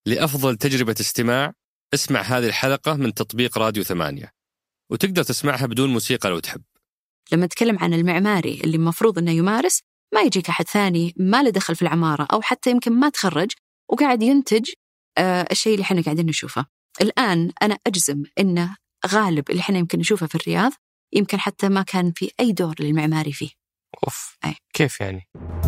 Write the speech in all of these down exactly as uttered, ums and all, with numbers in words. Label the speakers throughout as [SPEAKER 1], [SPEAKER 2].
[SPEAKER 1] لأفضل تجربة استماع اسمع هذه الحلقة من تطبيق راديو ثمانية، وتقدر تسمعها بدون موسيقى لو تحب.
[SPEAKER 2] لما نتكلم عن المعماري اللي مفروض أنه يمارس، ما يجيك أحد ثاني ما له دخل في العمارة أو حتى يمكن ما تخرج وقاعد ينتج آه الشيء اللي احنا قاعدين نشوفه الآن. أنا أجزم أنه غالب اللي احنا يمكن نشوفه في الرياض يمكن حتى ما كان في أي دور للمعماري فيه.
[SPEAKER 3] أوف.
[SPEAKER 2] أي.
[SPEAKER 3] كيف يعني؟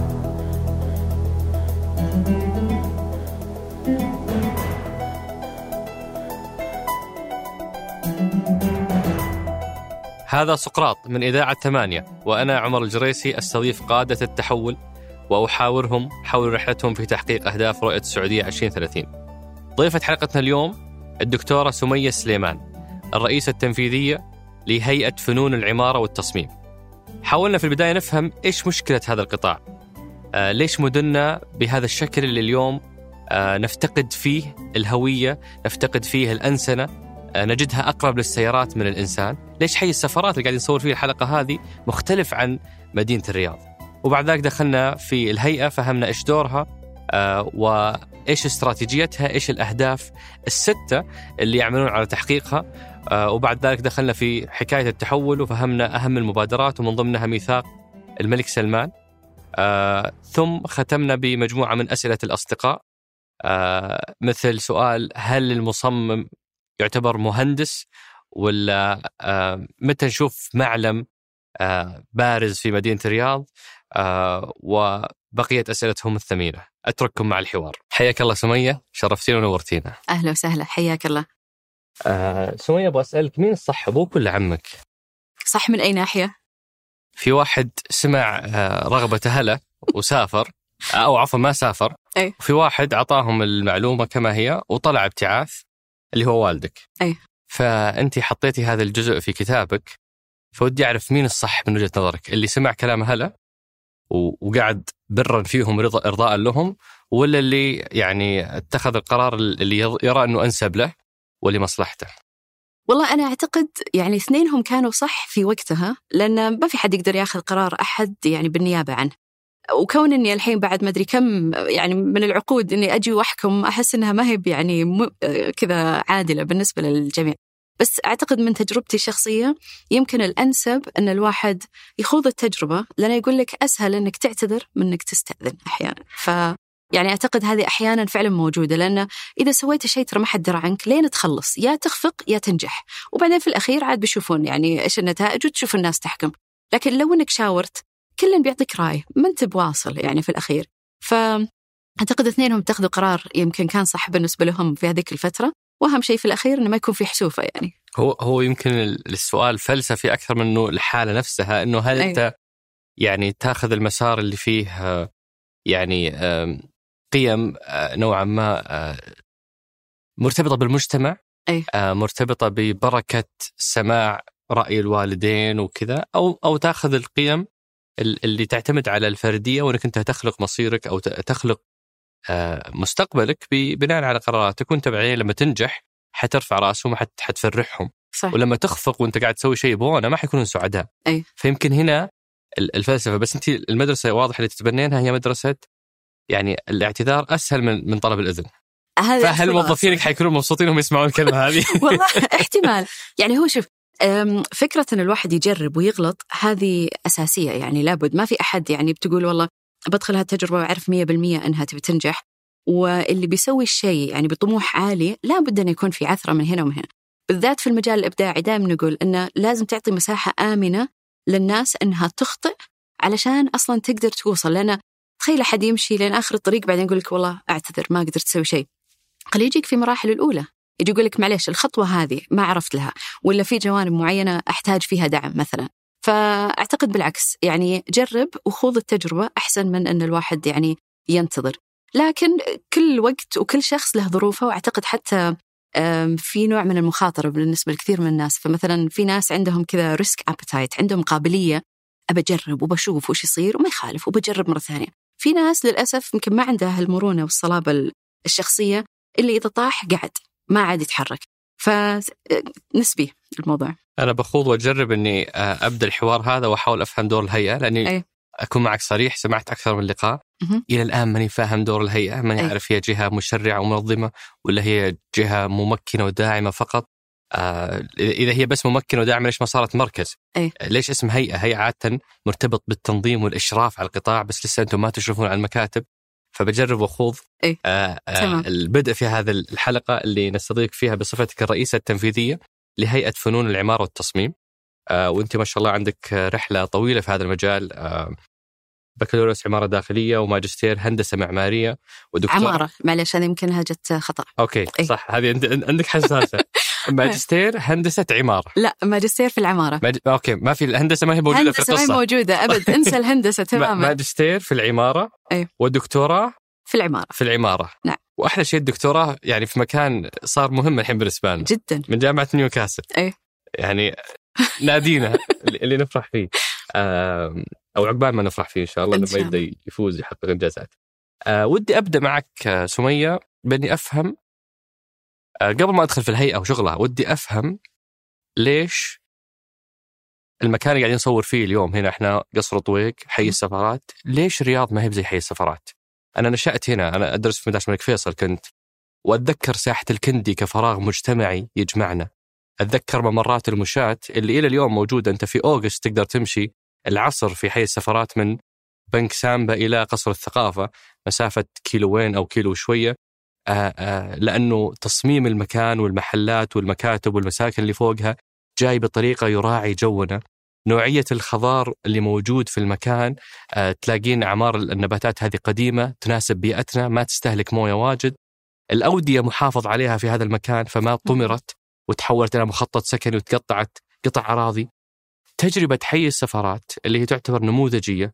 [SPEAKER 3] هذا سقراط من إذاعة ثمانية، وأنا عمر الجريسي أستضيف قادة التحول وأحاورهم حول رحلتهم في تحقيق أهداف رؤية السعودية عشرين ثلاثين. ضيفة حلقتنا اليوم الدكتورة سمية سليمان، الرئيسة التنفيذية لهيئة فنون العمارة والتصميم. حاولنا في البداية نفهم إيش مشكلة هذا القطاع، آه ليش مدننا بهذا الشكل اللي اليوم آه نفتقد فيه الهوية، نفتقد فيه الأنسنة، آه نجدها أقرب للسيارات من الإنسان. ليش حي السفرات اللي قاعدين نصور فيه الحلقة هذه مختلف عن مدينة الرياض. وبعد ذلك دخلنا في الهيئة، فهمنا إيش دورها آه وإيش استراتيجيتها، إيش الأهداف الستة اللي يعملون على تحقيقها. آه وبعد ذلك دخلنا في حكاية التحول وفهمنا أهم المبادرات ومن ضمنها ميثاق الملك سلمان. آه ثم ختمنا بمجموعة من أسئلة الأصدقاء، آه مثل سؤال: هل المصمم يعتبر مهندس، ولا آه متى نشوف معلم آه بارز في مدينة الرياض، آه وبقية أسئلتهم الثمينة. أترككم مع الحوار. حياك الله سمية، شرفتينا ونورتينا.
[SPEAKER 2] أهلا وسهلا، حياك الله.
[SPEAKER 3] آه سمية، أبغى أسألك، مين الصح، أبوك ولا عمك؟
[SPEAKER 2] صح من أي ناحية؟
[SPEAKER 3] في واحد سمع آه رغبة هلا وسافر، أو عفوا ما سافر،
[SPEAKER 2] أي.
[SPEAKER 3] وفي واحد عطاهم المعلومة كما هي وطلع ابتعاث اللي هو والدك.
[SPEAKER 2] أي.
[SPEAKER 3] فأنت حطيتي هذا الجزء في كتابك، فودي أعرف مين الصح من وجهة نظرك، اللي سمع كلام هلا وقعد برا فيهم رضا إرضاء لهم، ولا اللي يعني اتخذ القرار اللي يرى أنه أنسب له ولمصلحته؟
[SPEAKER 2] والله أنا أعتقد يعني اثنينهم كانوا صح في وقتها، لأن ما في حد يقدر ياخذ قرار أحد يعني بالنيابة عنه. وكون إني الحين بعد ما أدري كم يعني من العقود إني أجي وأحكم، أحس إنها ما هي يعني م... كذا عادلة بالنسبة للجميع. بس أعتقد من تجربتي الشخصية يمكن الأنسب أن الواحد يخوض التجربة، لأنه يقول لك أسهل أنك تعتذر من أنك تستأذن أحيانا. ف يعني أعتقد هذه أحيانا فعلا موجودة، لأن إذا سويت شيء ترى ما حد درى عنك لين تخلص، يا تخفق يا تنجح، وبعدين في الأخير عاد بيشوفون يعني إيش النتائج وتشوف الناس تحكم. لكن لو أنك شاورت كلن بيعطيك رأي، ما أنت بواصل يعني في الأخير. فأعتقد اثنينهم تاخذوا قرار يمكن كان صح بالنسبة لهم في هذيك الفترة، وأهم شيء في الأخير إنه ما يكون في حسوفة. يعني
[SPEAKER 3] هو هو يمكن السؤال فلسفي أكثر من إنه الحالة نفسها، إنه هل أنت أيوة. يعني تأخذ المسار اللي فيه يعني قيم نوعا ما مرتبطة بالمجتمع،
[SPEAKER 2] أيوة.
[SPEAKER 3] مرتبطة ببركة سماع رأي الوالدين وكذا، أو أو تأخذ القيم اللي تعتمد على الفردية، وإنك أنت تخلق مصيرك أو تخلق مستقبلك بناء على قراراتك، وأنت بعدين لما تنجح حترفع رأسهم وحتفرحهم.
[SPEAKER 2] صح.
[SPEAKER 3] ولما تخفق وأنت قاعد تسوي شيء بوانا ما حيكونوا سعداء.
[SPEAKER 2] أي.
[SPEAKER 3] فيمكن هنا الفلسفة. بس أنت المدرسة واضح اللي تتبنينها هي مدرسة يعني الاعتذار أسهل من من طلب الإذن. فهل موظفينك حيكونوا مبسوطين هم يسمعون الكلمة هذه؟
[SPEAKER 2] والله احتمال. يعني هو شوف، فكرة أن الواحد يجرب ويغلط هذه أساسية، يعني لابد. ما في أحد يعني بتقول والله بدخل هالتجربة وأعرف مية بالمية أنها تبي تنجح. واللي بيسوي الشيء يعني بطموح عالي لابد أن يكون في عثرة من هنا ومن هنا، بالذات في المجال الإبداعي. دائما نقول أنه لازم تعطي مساحة آمنة للناس أنها تخطئ علشان أصلا تقدر توصل. لأن تخيل أحد يمشي لين آخر الطريق بعدين يقول لك والله أعتذر ما قدرت أسوي شيء. خليه يجيك في مراحل الأولى يجي يقول لك معليش الخطوة هذه ما عرفت لها، ولا في جوانب معينة أحتاج فيها دعم مثلا. فأعتقد بالعكس، يعني جرب وخوض التجربة أحسن من أن الواحد يعني ينتظر. لكن كل وقت وكل شخص له ظروفه، وأعتقد حتى في نوع من المخاطرة بالنسبة لكثير من الناس. فمثلا في ناس عندهم كذا ريسك أبيتايت، عندهم قابلية أبجرب وبشوف وش يصير وما يخالف وبجرب مرة ثانية. في ناس للأسف يمكن ما عندها المرونة والصلابة الشخصية اللي إذا طاح قعد ما عاد يتحرك. فنسبي الموضوع.
[SPEAKER 3] أنا بخوض وأجرب أني أبدأ الحوار هذا وأحاول أفهم دور الهيئة، لأني
[SPEAKER 2] أي.
[SPEAKER 3] أكون معك صريح، سمعت أكثر من لقاء.
[SPEAKER 2] مه.
[SPEAKER 3] إلى الآن ماني فاهم دور الهيئة، ماني
[SPEAKER 2] أي.
[SPEAKER 3] أعرف هي جهة مشرعة ومنظمة ولا هي جهة ممكنة وداعمة فقط. آه إذا هي بس ممكنة وداعمة ليش ما صارت مركز؟
[SPEAKER 2] أي.
[SPEAKER 3] ليش اسم هيئة؟ هيئة عادة مرتبط بالتنظيم والإشراف على القطاع، بس لسه أنتم ما تشرفون على المكاتب. فبجرب وخوض
[SPEAKER 2] أي.
[SPEAKER 3] آه آه البدء في هذا الحلقة اللي نستضيف فيها بصفتك الرئيسة التنفيذية لهيئة فنون العمارة والتصميم. آه وانت ما شاء الله عندك رحلة طويلة في هذا المجال، آه بكالوريوس عمارة داخلية وماجستير هندسة معمارية ودكتوراه
[SPEAKER 2] عمارة. معلش هذه يمكن جت خطأ.
[SPEAKER 3] أوكي
[SPEAKER 2] أي.
[SPEAKER 3] صح، هذه عندك حساسة. ماجستير هندسة عمارة.
[SPEAKER 2] لا، ماجستير في العمارة.
[SPEAKER 3] ماج... أوكي، ما في الهندسة، ما هي موجودة في القصة.
[SPEAKER 2] الهندسة ما هي موجودة أبد، انسى الهندسة تماما.
[SPEAKER 3] ماجستير في العمارة.
[SPEAKER 2] أي.
[SPEAKER 3] ودكتوراه
[SPEAKER 2] في العمارة.
[SPEAKER 3] في العمارة.
[SPEAKER 2] نعم.
[SPEAKER 3] وأحلى شيء الدكتوراه يعني في مكان صار مهم الحين بالنسبة لنا
[SPEAKER 2] جدا،
[SPEAKER 3] من جامعة نيوكاسل.
[SPEAKER 2] أي.
[SPEAKER 3] يعني نادينا اللي نفرح فيه، أو عقبال ما نفرح فيه إن شاء الله لما يبدأ يفوز يحقق إنجازات. أه ودي أبدأ معك سمية بأني أفهم، أه قبل ما أدخل في الهيئة وشغلها، ودي أفهم ليش المكان اللي قاعدين نصور فيه اليوم هنا إحنا قصر طويق حي السفارات، ليش الرياض ما هي زي حي السفارات؟ أنا نشأت هنا، أنا أدرس في مدرسة الملك فيصل كنت، وأتذكر ساحة الكندي كفراغ مجتمعي يجمعنا. أتذكر ممرات المشاة اللي إلى اليوم موجودة، أنت في أوغست تقدر تمشي العصر في حي السفارات من بنك سامبا إلى قصر الثقافة مسافة كيلوين أو كيلو شوية، آآ آآ لأنه تصميم المكان والمحلات والمكاتب والمساكن اللي فوقها جاي بطريقة يراعي جونا. نوعية الخضار اللي موجود في المكان، تلاقين أعمار النباتات هذه قديمة تناسب بيئتنا، ما تستهلك موية واجد. الأودية محافظ عليها في هذا المكان فما طمرت وتحولت إلى مخطط سكني وتقطعت قطع أراضي. تجربة حي السفارات اللي هي تعتبر نموذجية،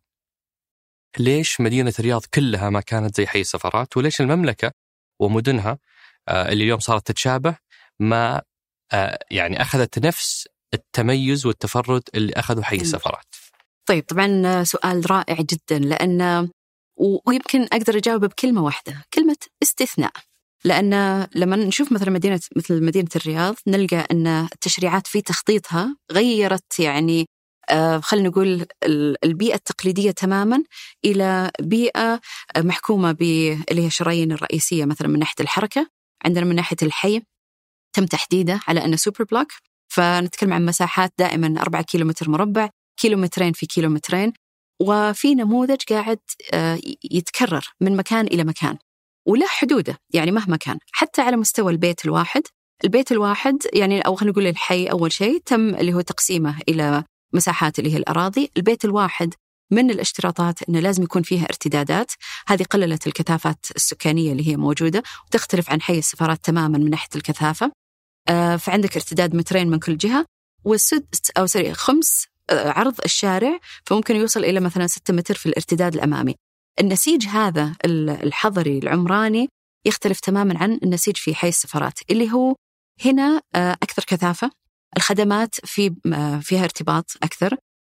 [SPEAKER 3] ليش مدينة الرياض كلها ما كانت زي حي السفارات؟ وليش المملكة ومدنها آه اللي اليوم صارت تتشابه ما آه يعني أخذت نفس التميز والتفرد اللي أخذوا حي السفارات؟
[SPEAKER 2] طيب، طبعا سؤال رائع جدا، لأن ويمكن أقدر أجاوب بكلمة واحدة، كلمة استثناء. لأن لما نشوف مثلا مدينة مثل مدينة الرياض نلقى أن التشريعات في تخطيطها غيرت، يعني آه خلينا نقول البيئة التقليدية تماما إلى بيئة محكومة باللي هي الشرايين الرئيسية. مثلا من ناحية الحركة عندنا من ناحية الحي تم تحديده على أنه سوبر بلوك، فنتكلم عن مساحات دائما أربعة كيلومتر مربع، كيلومترين في كيلومترين، وفي نموذج قاعد آه يتكرر من مكان إلى مكان ولا حدوده، يعني مهما كان. حتى على مستوى البيت الواحد، البيت الواحد يعني أو خلينا نقول الحي أول شيء تم اللي هو تقسيمه إلى مساحات اللي هي الأراضي. البيت الواحد من الاشتراطات أنه لازم يكون فيها ارتدادات، هذه قللت الكثافات السكانية اللي هي موجودة وتختلف عن حي السفارات تماما من ناحية الكثافة. آه فعندك ارتداد مترين من كل جهة، والسدس أو سري خمس آه عرض الشارع، فممكن يوصل إلى مثلا ستة متر في الارتداد الأمامي. النسيج هذا الحضري العمراني يختلف تماما عن النسيج في حي السفارات اللي هو هنا أكثر كثافة، الخدمات في فيها ارتباط أكثر،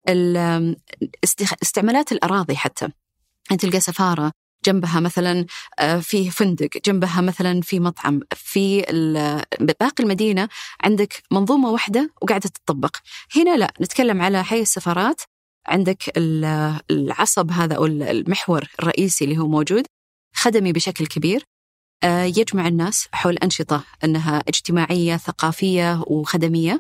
[SPEAKER 2] استعمالات الأراضي حتى أنت تلقى سفارة جنبها مثلا في فندق، جنبها مثلا في مطعم، في باقي المدينة عندك منظومة واحدة وقاعدة تطبق. هنا لا، نتكلم على حي السفارات عندك العصب هذا أو المحور الرئيسي اللي هو موجود خدمي بشكل كبير، يجمع الناس حول أنشطة أنها اجتماعية ثقافية وخدمية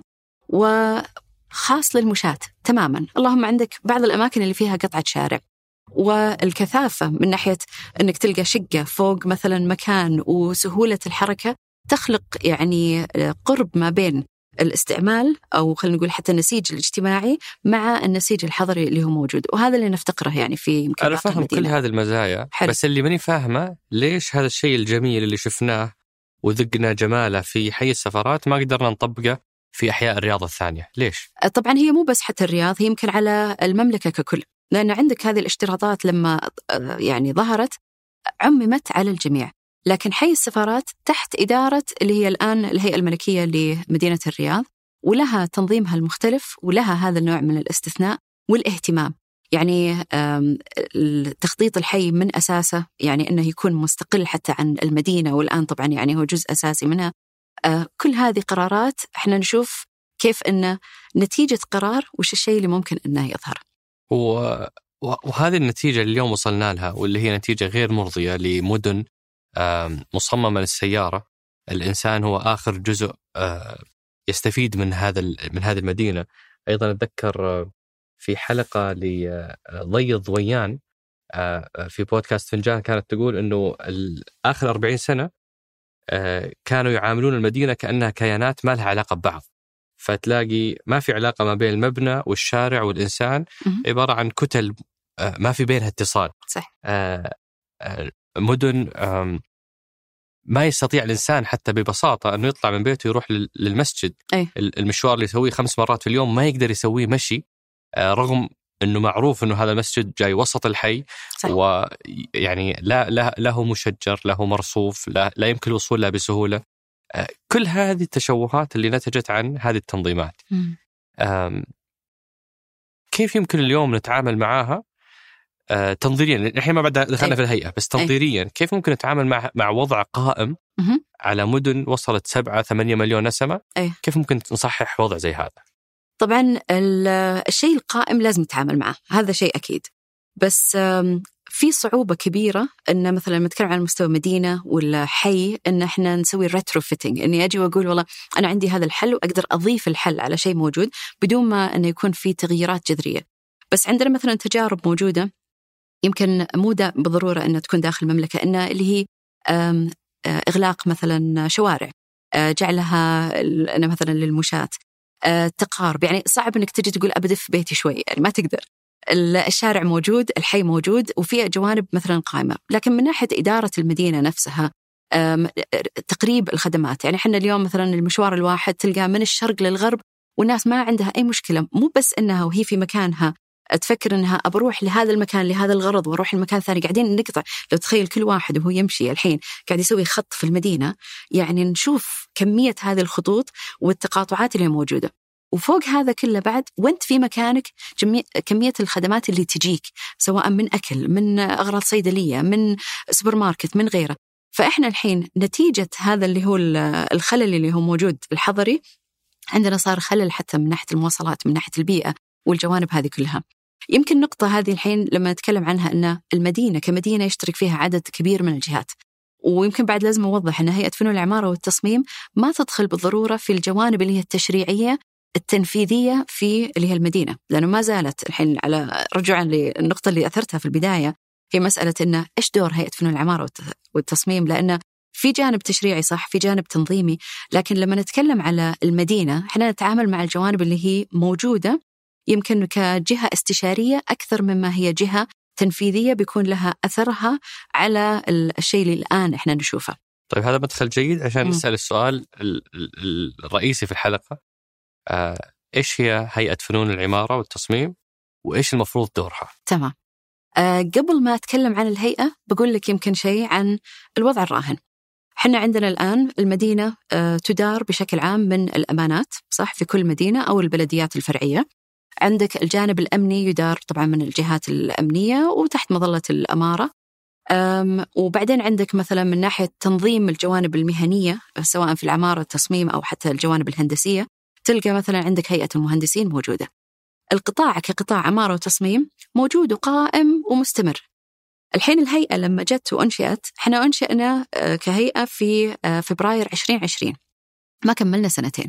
[SPEAKER 2] وخاص للمشاة تماما. اللهم عندك بعض الأماكن اللي فيها قطعة شارع، والكثافة من ناحية أنك تلقى شقة فوق مثلا مكان وسهولة الحركة تخلق يعني قرب ما بين الاستعمال أو خلينا نقول حتى النسيج الاجتماعي مع النسيج الحضري اللي هو موجود، وهذا اللي نفتقره يعني في يمكن
[SPEAKER 3] أنا فاهم كل هذه المزايا حلو. بس اللي ماني فاهمة ليش هذا الشيء الجميل اللي شفناه وذقنا جماله في حي السفارات ما قدرنا نطبقه في أحياء الرياض الثانية؟ ليش؟
[SPEAKER 2] طبعا هي مو بس حتى الرياض، هي يمكن على المملكة ككل، لأن عندك هذه الاشتراطات لما يعني ظهرت عممت على الجميع. لكن حي السفارات تحت إدارة اللي هي الآن الهيئة الملكية لمدينة الرياض، ولها تنظيمها المختلف ولها هذا النوع من الاستثناء والاهتمام. يعني التخطيط الحي من أساسه يعني أنه يكون مستقل حتى عن المدينة، والآن طبعا يعني هو جزء أساسي منها. كل هذه قرارات احنا نشوف كيف أن نتيجة قرار وش الشيء اللي ممكن أنه يظهر.
[SPEAKER 3] و... وهذه النتيجة اللي اليوم وصلنا لها، واللي هي نتيجة غير مرضية لمدن مصممة للسيارة. الإنسان هو آخر جزء يستفيد من هذا من هذه المدينة. أيضا أتذكر في حلقة لضي ضويان في بودكاست فنجان كانت تقول إنه آخر أربعين سنة كانوا يعاملون المدينة كأنها كيانات ما لها علاقة ببعض، فتلاقي ما في علاقة ما بين المبنى والشارع والإنسان، عبارة عن كتل ما في بينها اتصال.
[SPEAKER 2] صح.
[SPEAKER 3] مدن ما يستطيع الإنسان حتى ببساطة أنه يطلع من بيته يروح للمسجد.
[SPEAKER 2] أي.
[SPEAKER 3] المشوار اللي يسويه خمس مرات في اليوم ما يقدر يسويه مشي، رغم أنه معروف أنه هذا المسجد جاي وسط الحي. صح. ويعني لا, لا له مشجر، له مرصوف، لا, لا يمكن الوصول له بسهولة. كل هذه التشوهات اللي نتجت عن هذه التنظيمات. كيف يمكن اليوم نتعامل معها آه تنظيريا؟ الحين ما بعد دخلنا أي. في الهيئة، بس تنظيريا أي. كيف ممكن نتعامل مع مع وضع قائم م- على مدن وصلت سبعة ثمانية مليون نسمة؟ أي. كيف ممكن نصحح وضع زي هذا؟
[SPEAKER 2] طبعا الشيء القائم لازم نتعامل معه، هذا شيء أكيد، بس في صعوبة كبيرة إن مثلا نتكلم عن مستوى مدينة ولا حي إن إحنا نسوي ريترو فيتنج، إني أجي وأقول والله أنا عندي هذا الحل وأقدر أضيف الحل على شيء موجود بدون ما إنه يكون في تغييرات جذرية. بس عندنا مثلا تجارب موجودة يمكن مو بالضرورة أن تكون داخل المملكة، إن اللي هي إغلاق مثلا شوارع، جعلها أنا مثلا للمشاة، تقارب. يعني صعب أنك تجي تقول أبدأ في بيتي شوي، يعني ما تقدر. الشارع موجود، الحي موجود، وفي جوانب مثلا قائمة. لكن من ناحية إدارة المدينة نفسها، تقريب الخدمات، يعني حنا اليوم مثلا المشوار الواحد تلقى من الشرق للغرب والناس ما عندها أي مشكلة، مو بس إنها وهي في مكانها تفكر إنها أبروح لهذا المكان لهذا الغرض وأروح المكان الثاني، قاعدين نقطع. لو تخيل كل واحد وهو يمشي الحين قاعد يسوي خط في المدينة، يعني نشوف كمية هذه الخطوط والتقاطعات اللي موجودة. وفوق هذا كله بعد وانت في مكانك كمية الخدمات اللي تجيك، سواء من أكل، من أغراض صيدلية، من سوبر ماركت، من غيره. فإحنا الحين نتيجة هذا اللي هو الخلل اللي هو موجود الحضري، عندنا صار خلل حتى من ناحية المواصلات، من ناحية البيئة والجوانب هذه كلها. يمكن نقطة هذه الحين لما نتكلم عنها أن المدينة كمدينة يشترك فيها عدد كبير من الجهات، ويمكن بعد لازم أوضح أن هيئة فنون العمارة والتصميم ما تدخل بالضرورة في الجوانب اللي هي التشريعية التنفيذية في اللي هي المدينة، لأنه ما زالت الحين على رجوعا للنقطة اللي أثرتها في البداية، هي مسألة إنه إيش دور هيئة فنون العمارة والتصميم، لأنه في جانب تشريعي صح، في جانب تنظيمي، لكن لما نتكلم على المدينة إحنا نتعامل مع الجوانب اللي هي موجودة يمكن كجهة استشارية أكثر مما هي جهة تنفيذية بيكون لها أثرها على الشيء اللي الآن إحنا نشوفه.
[SPEAKER 3] طيب هذا مدخل جيد عشان م. نسأل السؤال الرئيسي في الحلقة، آه، إيش هي هيئة فنون العمارة والتصميم وإيش المفروض دورها؟
[SPEAKER 2] تمام. آه، قبل ما أتكلم عن الهيئة بقول لك يمكن شيء عن الوضع الراهن. حنا عندنا الآن المدينة آه، تدار بشكل عام من الأمانات، صح، في كل مدينة أو البلديات الفرعية. عندك الجانب الأمني يدار طبعا من الجهات الأمنية وتحت مظلة الأمارة. وبعدين عندك مثلا من ناحية تنظيم الجوانب المهنية سواء في العمارة التصميم أو حتى الجوانب الهندسية، تلقى مثلا عندك هيئة المهندسين موجودة. القطاع كقطاع عمارة وتصميم موجود وقائم ومستمر. الحين الهيئة لما جت وأنشئت، احنا أنشئنا كهيئة في فبراير عشرين عشرين، ما كملنا سنتين.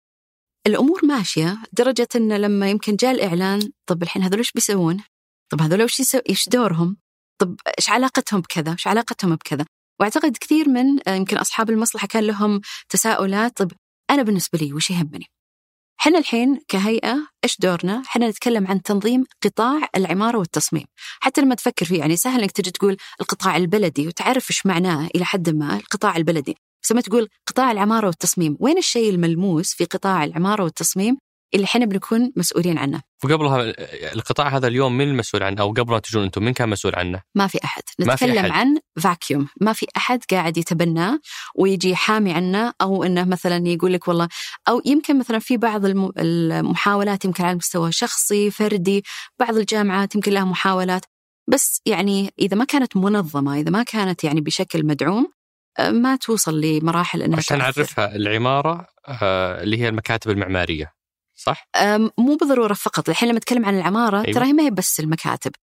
[SPEAKER 2] الأمور ماشية درجة أن لما يمكن جاء الإعلان، طب الحين هذول إيش بيسوون؟ طب هذول إيش يسو... إيش دورهم؟ طب إيش علاقتهم بكذا؟ إيش علاقتهم بكذا؟ وأعتقد كثير من يمكن أصحاب المصلحة كان لهم تساؤلات. طب أنا بالنسبة لي وش يهمني؟ حنا الحين كهيئة إيش دورنا؟ حنا نتكلم عن تنظيم قطاع العمارة والتصميم. حتى لما تفكر فيه يعني سهل إنك تجي تقول القطاع البلدي وتعرف إيش معناه إلى حد ما القطاع البلدي، بس لما تقول قطاع العمارة والتصميم، وين الشيء الملموس في قطاع العمارة والتصميم اللي حنا بنكون مسؤولين عنه؟
[SPEAKER 3] وقبلها القطاع هذا اليوم من المسؤول عنه، أو قبل ما تجون أنتم من كان مسؤول عنه؟
[SPEAKER 2] ما في أحد. نتكلم في أحد. عن فاكيوم، ما في أحد قاعد يتبناه ويجي حامي عنه، أو إنه مثلا يقول لك والله، أو يمكن مثلا في بعض المحاولات يمكن على مستوى شخصي فردي، بعض الجامعات يمكن لها محاولات، بس يعني إذا ما كانت منظمة، إذا ما كانت يعني بشكل مدعوم، ما توصل لمراحل أنها
[SPEAKER 3] عشان نعرفها العمارة آه اللي هي المكاتب المعمارية، صح؟
[SPEAKER 2] مو بالضرورة فقط. الحين لما نتكلم عن العمارة، أيوة. ترى هي ما هي بس المكاتب،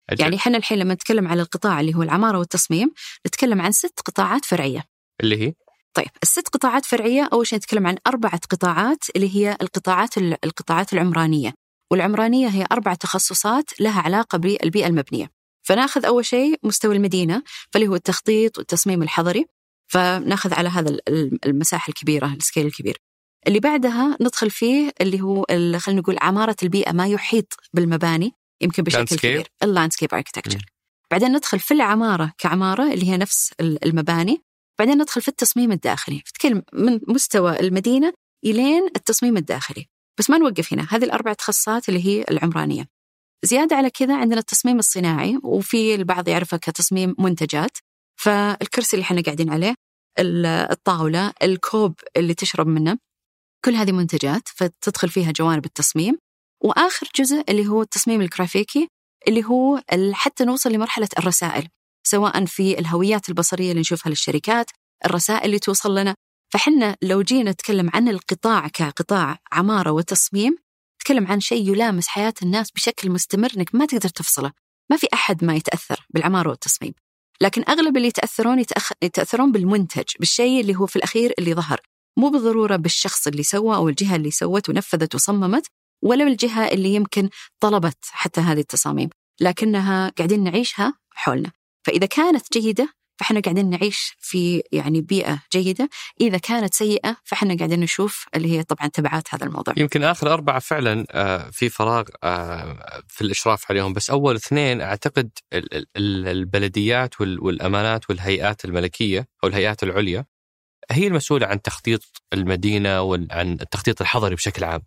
[SPEAKER 3] أجل.
[SPEAKER 2] يعني إحنا الحين لما نتكلم على القطاع اللي هو العمارة والتصميم نتكلم عن ست قطاعات فرعية.
[SPEAKER 3] اللي هي؟
[SPEAKER 2] طيب الست قطاعات فرعية أول شيء نتكلم عن أربعة قطاعات اللي هي القطاعات القطاعات العمرانية، والعمرانية هي أربع تخصصات لها علاقة بالبيئة المبنية. فناخذ أول شيء مستوى المدينة فاللي هو التخطيط والتصميم الحضري، فناخذ على هذا المساحة الكبيرة السكيل الكبير. اللي بعدها ندخل فيه اللي هو خلينا نقول عمارة البيئة، ما يحيط بالمباني يمكن بشكل كبير، اللاندسكيب اركتكتشر. بعدين ندخل في العمارة كعمارة اللي هي نفس المباني. بعدين ندخل في التصميم الداخلي، فتكلم من مستوى المدينة إلين التصميم الداخلي. بس ما نوقف هنا، هذه الأربع تخصصات اللي هي العمرانية. زيادة على كذا عندنا التصميم الصناعي، وفي البعض يعرفه كتصميم منتجات. فالكرسي اللي احنا قاعدين عليه، الطاولة، الكوب اللي تشرب منه، كل هذه منتجات فتدخل فيها جوانب التصميم. وآخر جزء اللي هو التصميم الجرافيكي اللي هو حتى نوصل لمرحلة الرسائل، سواء في الهويات البصرية اللي نشوفها للشركات، الرسائل اللي توصل لنا. فحنا لو جينا نتكلم عن القطاع كقطاع عمارة وتصميم نتكلم عن شيء يلامس حياة الناس بشكل مستمر، إنك ما تقدر تفصله. ما في أحد ما يتأثر بالعمارة والتصميم، لكن أغلب اللي يتأثرون يتأخ... يتأثرون بالمنتج، بالشيء اللي هو في الأخير اللي ظهر، مو بالضرورة بالشخص اللي سوى أو الجهة اللي سوت ونفذت وصممت، ولا بالجهة اللي يمكن طلبت حتى هذه التصاميم، لكنها قاعدين نعيشها حولنا. فإذا كانت جيدة فإحنا قاعدين نعيش في يعني بيئة جيدة، إذا كانت سيئة فإحنا قاعدين نشوف اللي هي طبعا تبعات هذا الموضوع.
[SPEAKER 3] يمكن آخر أربعة فعلا في فراغ في الإشراف عليهم، بس أول اثنين أعتقد البلديات والأمانات والهيئات الملكية أو الهيئات العليا هي المسؤولة عن تخطيط المدينة وعن التخطيط الحضري بشكل عام.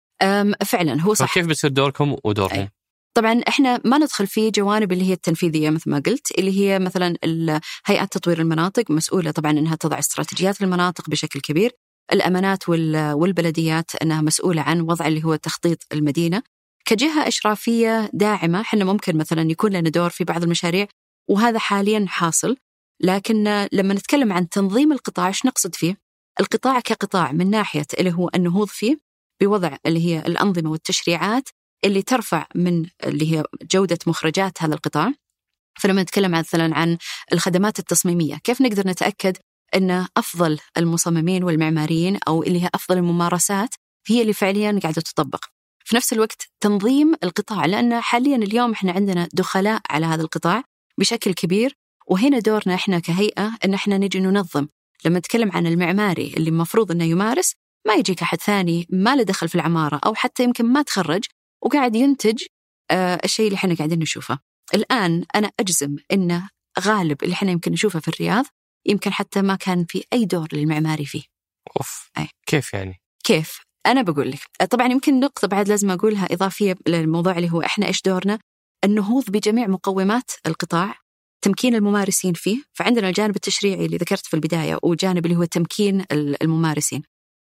[SPEAKER 2] فعلا هو صح.
[SPEAKER 3] فكيف بيصير دوركم ودورهم؟
[SPEAKER 2] أي. طبعا احنا ما ندخل في جوانب اللي هي التنفيذيه مثل ما قلت، اللي هي مثلا هيئات تطوير المناطق مسؤوله طبعا انها تضع استراتيجيات المناطق بشكل كبير. الامانات والبلديات انها مسؤوله عن وضع اللي هو تخطيط المدينه. كجهه اشرافيه داعمه احنا ممكن مثلا يكون لنا دور في بعض المشاريع، وهذا حاليا حاصل. لكن لما نتكلم عن تنظيم القطاع ايش نقصد فيه؟ القطاع كقطاع من ناحيه اللي هو النهوض فيه بوضع اللي هي الانظمه والتشريعات اللي ترفع من اللي هي جودة مخرجات هذا القطاع. فلما نتكلم مثلا عن الخدمات التصميمية، كيف نقدر نتأكد أن أفضل المصممين والمعماريين أو اللي هي أفضل الممارسات هي اللي فعليا قاعدة تطبق. في نفس الوقت تنظيم القطاع، لأن حاليا اليوم إحنا عندنا دخلاء على هذا القطاع بشكل كبير، وهنا دورنا إحنا كهيئة أن إحنا نجي ننظم. لما نتكلم عن المعماري اللي مفروض أنه يمارس، ما يجيك أحد ثاني ما له دخل في العمارة أو حتى يمكن ما تخرج وقاعد ينتج آه الشيء اللي احنا قاعدين نشوفه الآن. أنا أجزم إن غالب اللي احنا يمكن نشوفه في الرياض يمكن حتى ما كان في أي دور للمعماري فيه.
[SPEAKER 3] أوف. أي. كيف يعني؟
[SPEAKER 2] كيف؟ أنا بقول لك طبعا يمكن نقطة بعد لازم أقولها إضافية للموضوع اللي هو إحنا إيش دورنا، النهوض بجميع مقومات القطاع، تمكين الممارسين فيه. فعندنا الجانب التشريعي اللي ذكرت في البداية، وجانب اللي هو تمكين الممارسين.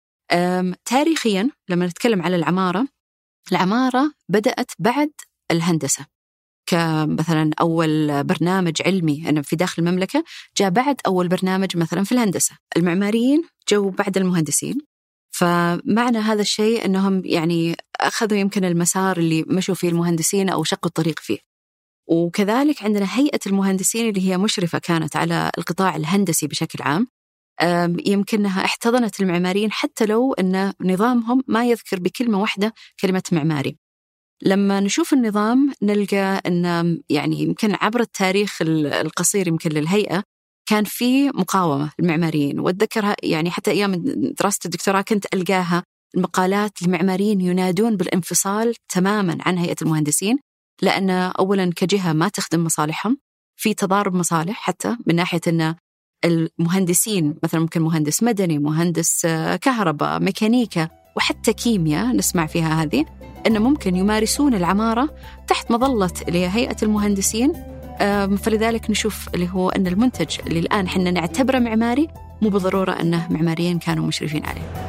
[SPEAKER 2] تاريخيا لما نتكلم على العمارة، العمارة بدأت بعد الهندسة، كمثلا أول برنامج علمي أنا في داخل المملكة جاء بعد أول برنامج مثلا في الهندسة. المعماريين جو بعد المهندسين، فمعنى هذا الشيء أنهم يعني أخذوا يمكن المسار اللي مشوا فيه المهندسين أو شقوا الطريق فيه. وكذلك عندنا هيئة المهندسين اللي هي مشرفة كانت على القطاع الهندسي بشكل عام، يمكنها احتضنت المعماريين حتى لو أن نظامهم ما يذكر بكلمة واحدة كلمة معماري. لما نشوف النظام نلقى أن يعني يمكن عبر التاريخ القصير يمكن للهيئة كان في مقاومة المعماريين، واتذكرها يعني حتى أيام دراسة الدكتوراه كنت ألقاها المقالات المعماريين ينادون بالانفصال تماما عن هيئة المهندسين، لأن أولا كجهة ما تخدم مصالحهم، في تضارب مصالح حتى من ناحية أن المهندسين مثلا ممكن مهندس مدني، مهندس كهرباء، ميكانيكا، وحتى كيمياء نسمع فيها هذه، أنه ممكن يمارسون العمارة تحت مظلة اللي هي هيئة المهندسين. فلذلك نشوف اللي هو أن المنتج اللي الآن حنا نعتبره معماري مو بالضرورة أنه معماريين كانوا مشرفين عليه.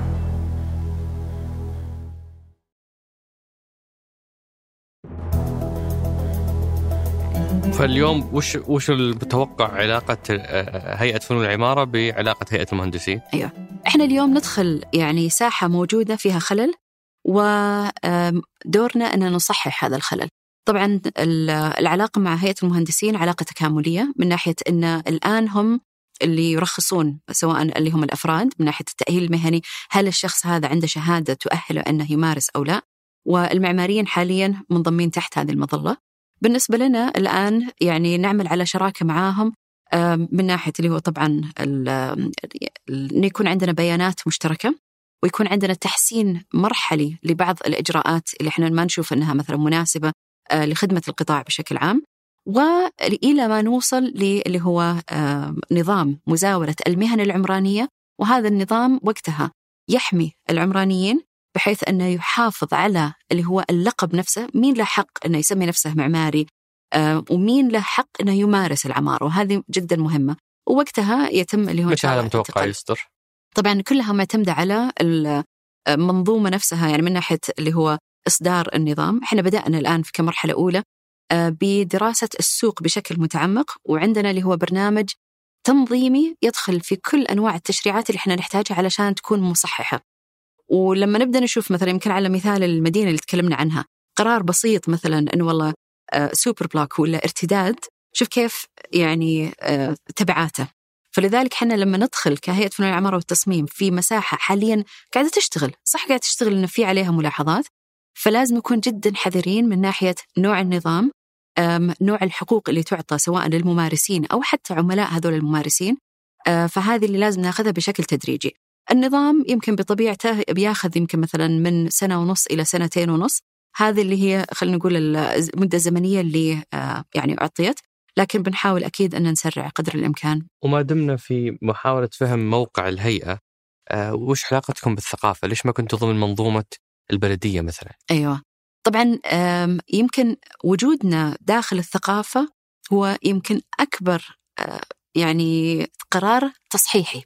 [SPEAKER 3] فاليوم وش وش المتوقع علاقة هيئة فنون العمارة بعلاقة هيئة المهندسين؟
[SPEAKER 2] أيوة، إحنا اليوم ندخل يعني ساحة موجودة فيها خلل، ودورنا أن نصحح هذا الخلل. طبعا العلاقة مع هيئة المهندسين علاقة تكاملية، من ناحية أن الآن هم اللي يرخصون، سواء اللي هم الأفراد من ناحية التأهيل المهني، هل الشخص هذا عنده شهادة تؤهله أنه يمارس أو لا، والمعماريين حاليا منضمين تحت هذه المظلة. بالنسبة لنا الآن يعني نعمل على شراكة معاهم من ناحية اللي هو طبعا أن يكون عندنا بيانات مشتركة، ويكون عندنا تحسين مرحلي لبعض الإجراءات اللي احنا ما نشوف أنها مثلا مناسبة لخدمة القطاع بشكل عام، وإلى ما نوصل اللي هو نظام مزاولة المهن العمرانية. وهذا النظام وقتها يحمي العمرانيين بحيث أنه يحافظ على اللي هو اللقب نفسه، مين له حق أنه يسمي نفسه معماري ومين له حق أنه يمارس العمارة، وهذه جدا مهمة. ووقتها يتم اللي هو
[SPEAKER 3] متى هذا متوقع يصدر؟
[SPEAKER 2] طبعا كلها معتمدة على المنظومة نفسها، يعني من ناحية اللي هو إصدار النظام. احنا بدأنا الآن في كمرحلة أولى بدراسة السوق بشكل متعمق، وعندنا اللي هو برنامج تنظيمي يدخل في كل أنواع التشريعات اللي احنا نحتاجها علشان تكون مصححة. ولما نبدأ نشوف مثلا يمكن على مثال المدينة اللي تكلمنا عنها، قرار بسيط مثلا إنه والله سوبر بلوك ولا ارتداد، شوف كيف يعني تبعاته. فلذلك حنا لما ندخل كهيئة فنون العمارة والتصميم في مساحة حاليا قاعدة تشتغل صح، قاعدة تشتغل إنه في عليها ملاحظات، فلازم نكون جدا حذرين من ناحية نوع النظام، نوع الحقوق اللي تعطى سواء للممارسين أو حتى عملاء هذول الممارسين. فهذه اللي لازم ناخذها بشكل تدريجي. النظام يمكن بطبيعته بياخذ يمكن مثلا من سنة ونص إلى سنتين ونص، هذه اللي هي خلينا نقول المدة الزمنية اللي يعني أعطيت، لكن بنحاول أكيد أن نسرع قدر الإمكان.
[SPEAKER 3] وما دمنا في محاولة فهم موقع الهيئة، أه وش علاقتكم بالثقافة؟ ليش ما كنتوا ضمن منظومة البلدية مثلا؟
[SPEAKER 2] أيوة طبعا يمكن وجودنا داخل الثقافة هو يمكن أكبر يعني قرار تصحيحي،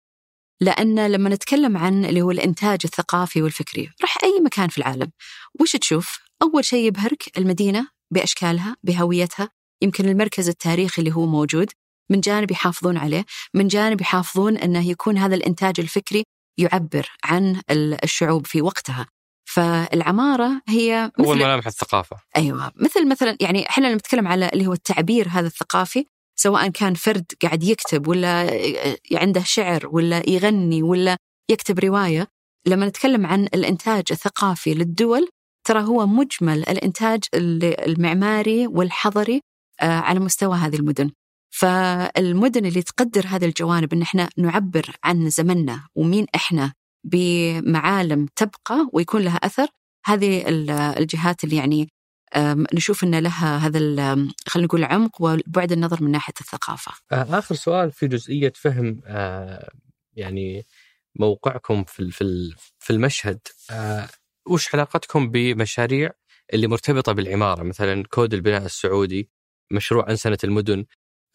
[SPEAKER 2] لأن لما نتكلم عن اللي هو الإنتاج الثقافي والفكري، رح أي مكان في العالم وش تشوف؟ أول شيء يبهرك المدينة بأشكالها بهويتها، يمكن المركز التاريخي اللي هو موجود، من جانب يحافظون عليه، من جانب يحافظون أنه يكون هذا الإنتاج الفكري يعبر عن الشعوب في وقتها. فالعمارة هي
[SPEAKER 3] أول ملامح الثقافة.
[SPEAKER 2] أيوة، مثل مثلا يعني إحنا لما نتكلم على اللي هو التعبير هذا الثقافي، سواء كان فرد قاعد يكتب ولا عنده شعر ولا يغني ولا يكتب رواية، لما نتكلم عن الإنتاج الثقافي للدول ترى هو مجمل الإنتاج المعماري والحضري على مستوى هذه المدن. فالمدن اللي تقدر هذا الجوانب، إن إحنا نعبر عن زمننا ومين إحنا بمعالم تبقى ويكون لها أثر، هذه الجهات اللي يعني نشوف أن لها هذا خلينا نقول العمق وبعد النظر من ناحية الثقافة.
[SPEAKER 3] آخر سؤال في جزئية فهم يعني موقعكم في في المشهد، وش علاقتكم بمشاريع اللي مرتبطة بالعمارة، مثلا كود البناء السعودي، مشروع أنسنة المدن،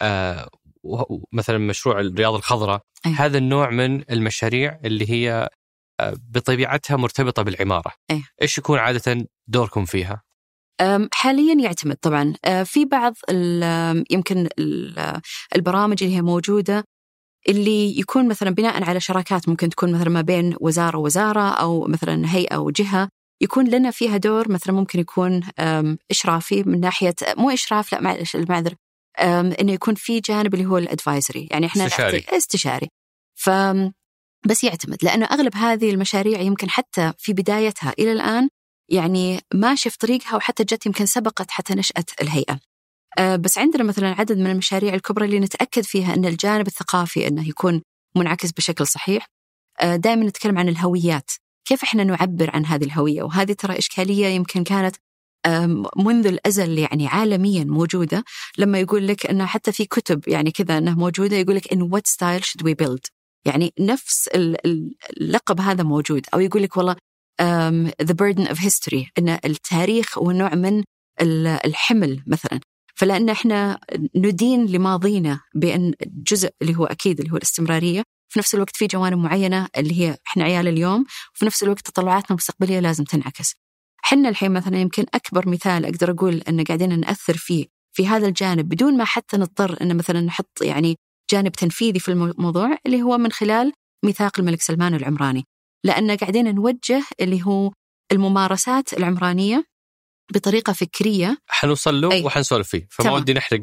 [SPEAKER 3] مثلا مشروع الرياض الخضراء؟ أيه. هذا النوع من المشاريع اللي هي بطبيعتها مرتبطة بالعمارة.
[SPEAKER 2] أيه.
[SPEAKER 3] إيش يكون عادة دوركم فيها؟
[SPEAKER 2] حاليا يعتمد طبعا في بعض يمكن البرامج اللي هي موجودة اللي يكون مثلا بناء على شراكات، ممكن تكون مثلا ما بين وزارة ووزارة أو مثلا هيئة وجهة، يكون لنا فيها دور مثلا ممكن يكون إشرافي من ناحية مو إشراف لا معلش المعذر إنه يكون في جانب اللي هو الأدفايزري، يعني إحنا
[SPEAKER 3] استشاري,
[SPEAKER 2] استشاري. ف بس يعتمد، لأنه أغلب هذه المشاريع يمكن حتى في بدايتها إلى الآن يعني ماشي في طريقها، وحتى جت يمكن سبقت حتى نشأة الهيئة. أه بس عندنا مثلا عدد من المشاريع الكبرى اللي نتأكد فيها أن الجانب الثقافي أنه يكون منعكس بشكل صحيح. أه دائما نتكلم عن الهويات، كيف إحنا نعبر عن هذه الهوية، وهذه ترى إشكالية يمكن كانت منذ الأزل يعني عالميا موجودة. لما يقول لك أنه حتى في كتب يعني كذا أنه موجودة، يقول لك in what style should we build، يعني نفس اللقب هذا موجود. أو يقول لك والله Um, the burden of history، إن التاريخ هو نوع من الحمل مثلا. فلأن إحنا ندين لماضينا بأن جزء اللي هو أكيد اللي هو الاستمرارية، في نفس الوقت في جوانب معينة اللي هي إحنا عيال اليوم، وفي نفس الوقت تطلعاتنا المستقبلية لازم تنعكس. حنا الحين مثلا يمكن أكبر مثال أقدر أقول أن قاعدين نأثر فيه في هذا الجانب بدون ما حتى نضطر أن مثلا نحط يعني جانب تنفيذي في الموضوع، اللي هو من خلال ميثاق الملك سلمان العمراني، لأن قاعدين نوجه اللي هو الممارسات العمرانية بطريقة فكرية
[SPEAKER 3] حنوصل له
[SPEAKER 2] أي.
[SPEAKER 3] وحنسولف فيه، فما ودي نحرق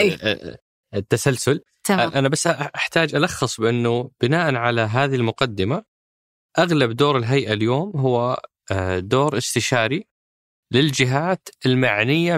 [SPEAKER 3] التسلسل.
[SPEAKER 2] تمام.
[SPEAKER 3] أنا بس أحتاج ألخص بأنه بناء على هذه المقدمة أغلب دور الهيئة اليوم هو دور استشاري للجهات المعنية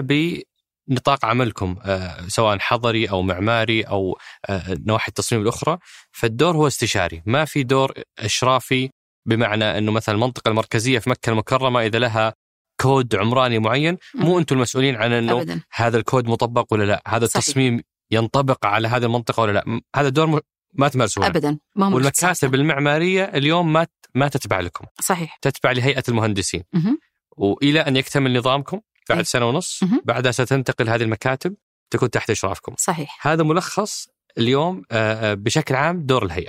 [SPEAKER 3] بنطاق عملكم، سواء حضري أو معماري أو نواحي التصميم الأخرى. فالدور هو استشاري، ما في دور إشرافي، بمعنى أنه مثلا المنطقة المركزية في مكة المكرمة إذا لها كود عمراني معين مو أنتم المسؤولين عن أنه
[SPEAKER 2] أبداً.
[SPEAKER 3] هذا الكود مطبق ولا لا، هذا
[SPEAKER 2] صحيح.
[SPEAKER 3] التصميم ينطبق على هذه المنطقة ولا لا. هذا الدور ما تمارسونه
[SPEAKER 2] أبدا. ما
[SPEAKER 3] والمكاتب المعمارية اليوم ما ما تتبع لكم.
[SPEAKER 2] صحيح.
[SPEAKER 3] تتبع لهيئة المهندسين.
[SPEAKER 2] م-
[SPEAKER 3] وإلى أن يكتمل نظامكم بعد
[SPEAKER 2] أي.
[SPEAKER 3] سنة ونص
[SPEAKER 2] م-
[SPEAKER 3] بعدها ستنتقل هذه المكاتب تكون تحت إشرافكم.
[SPEAKER 2] صحيح.
[SPEAKER 3] هذا ملخص اليوم بشكل عام دور الهيئة.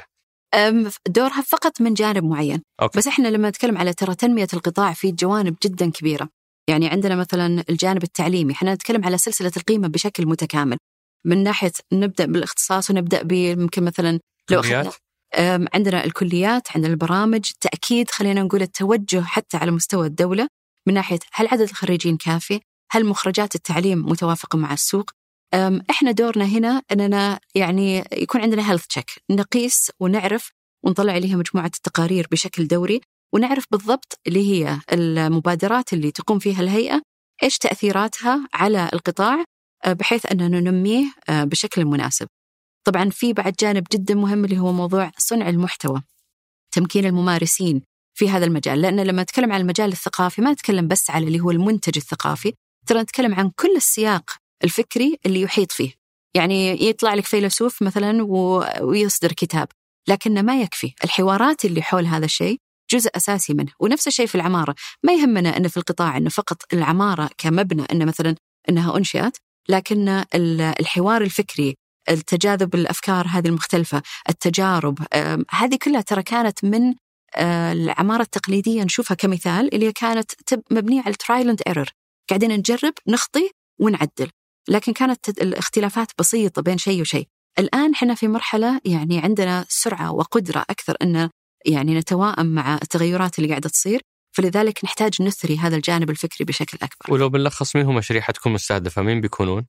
[SPEAKER 2] دورها فقط من جانب معين.
[SPEAKER 3] أوكي.
[SPEAKER 2] بس إحنا لما نتكلم على ترى تنمية القطاع في جوانب جدا كبيرة. يعني عندنا مثلا الجانب التعليمي، إحنا نتكلم على سلسلة القيمة بشكل متكامل، من ناحية نبدأ بالاختصاص ونبدأ بيمكن مثلا لو أخذنا عندنا الكليات، عندنا البرامج، تأكيد خلينا نقول التوجه حتى على مستوى الدولة من ناحية هل عدد الخريجين كافي، هل مخرجات التعليم متوافقة مع السوق. إحنا دورنا هنا أننا يعني يكون عندنا هيلث تشيك، نقيس ونعرف ونطلع عليها مجموعة التقارير بشكل دوري، ونعرف بالضبط اللي هي المبادرات اللي تقوم فيها الهيئة إيش تأثيراتها على القطاع، بحيث أن ننميه بشكل مناسب. طبعا في بعد جانب جدا مهم اللي هو موضوع صنع المحتوى، تمكين الممارسين في هذا المجال، لأن لما نتكلم عن المجال الثقافي ما نتكلم بس على اللي هو المنتج الثقافي، ترى نتكلم عن كل السياق الفكري اللي يحيط فيه. يعني يطلع لك فيلسوف مثلا ويصدر كتاب، لكن ما يكفي، الحوارات اللي حول هذا الشيء جزء أساسي منه. ونفس الشيء في العمارة، ما يهمنا أن في القطاع أنه فقط العمارة كمبنى أنه مثلا أنها أنشئت، لكن الحوار الفكري، التجاذب الأفكار هذه المختلفة، التجارب، هذه كلها ترى كانت من العمارة التقليدية. نشوفها كمثال اللي كانت مبنية على trial and error، قاعدين نجرب نخطي ونعدل، لكن كانت الاختلافات بسيطة بين شيء وشيء. الآن حنا في مرحلة يعني عندنا سرعة وقدرة أكثر أن يعني نتواءم مع التغيرات اللي قاعدة تصير، فلذلك نحتاج نثري هذا الجانب الفكري بشكل أكبر.
[SPEAKER 3] ولو بنلخص مين هم شريحتكم مستهدفة، مين بيكونون؟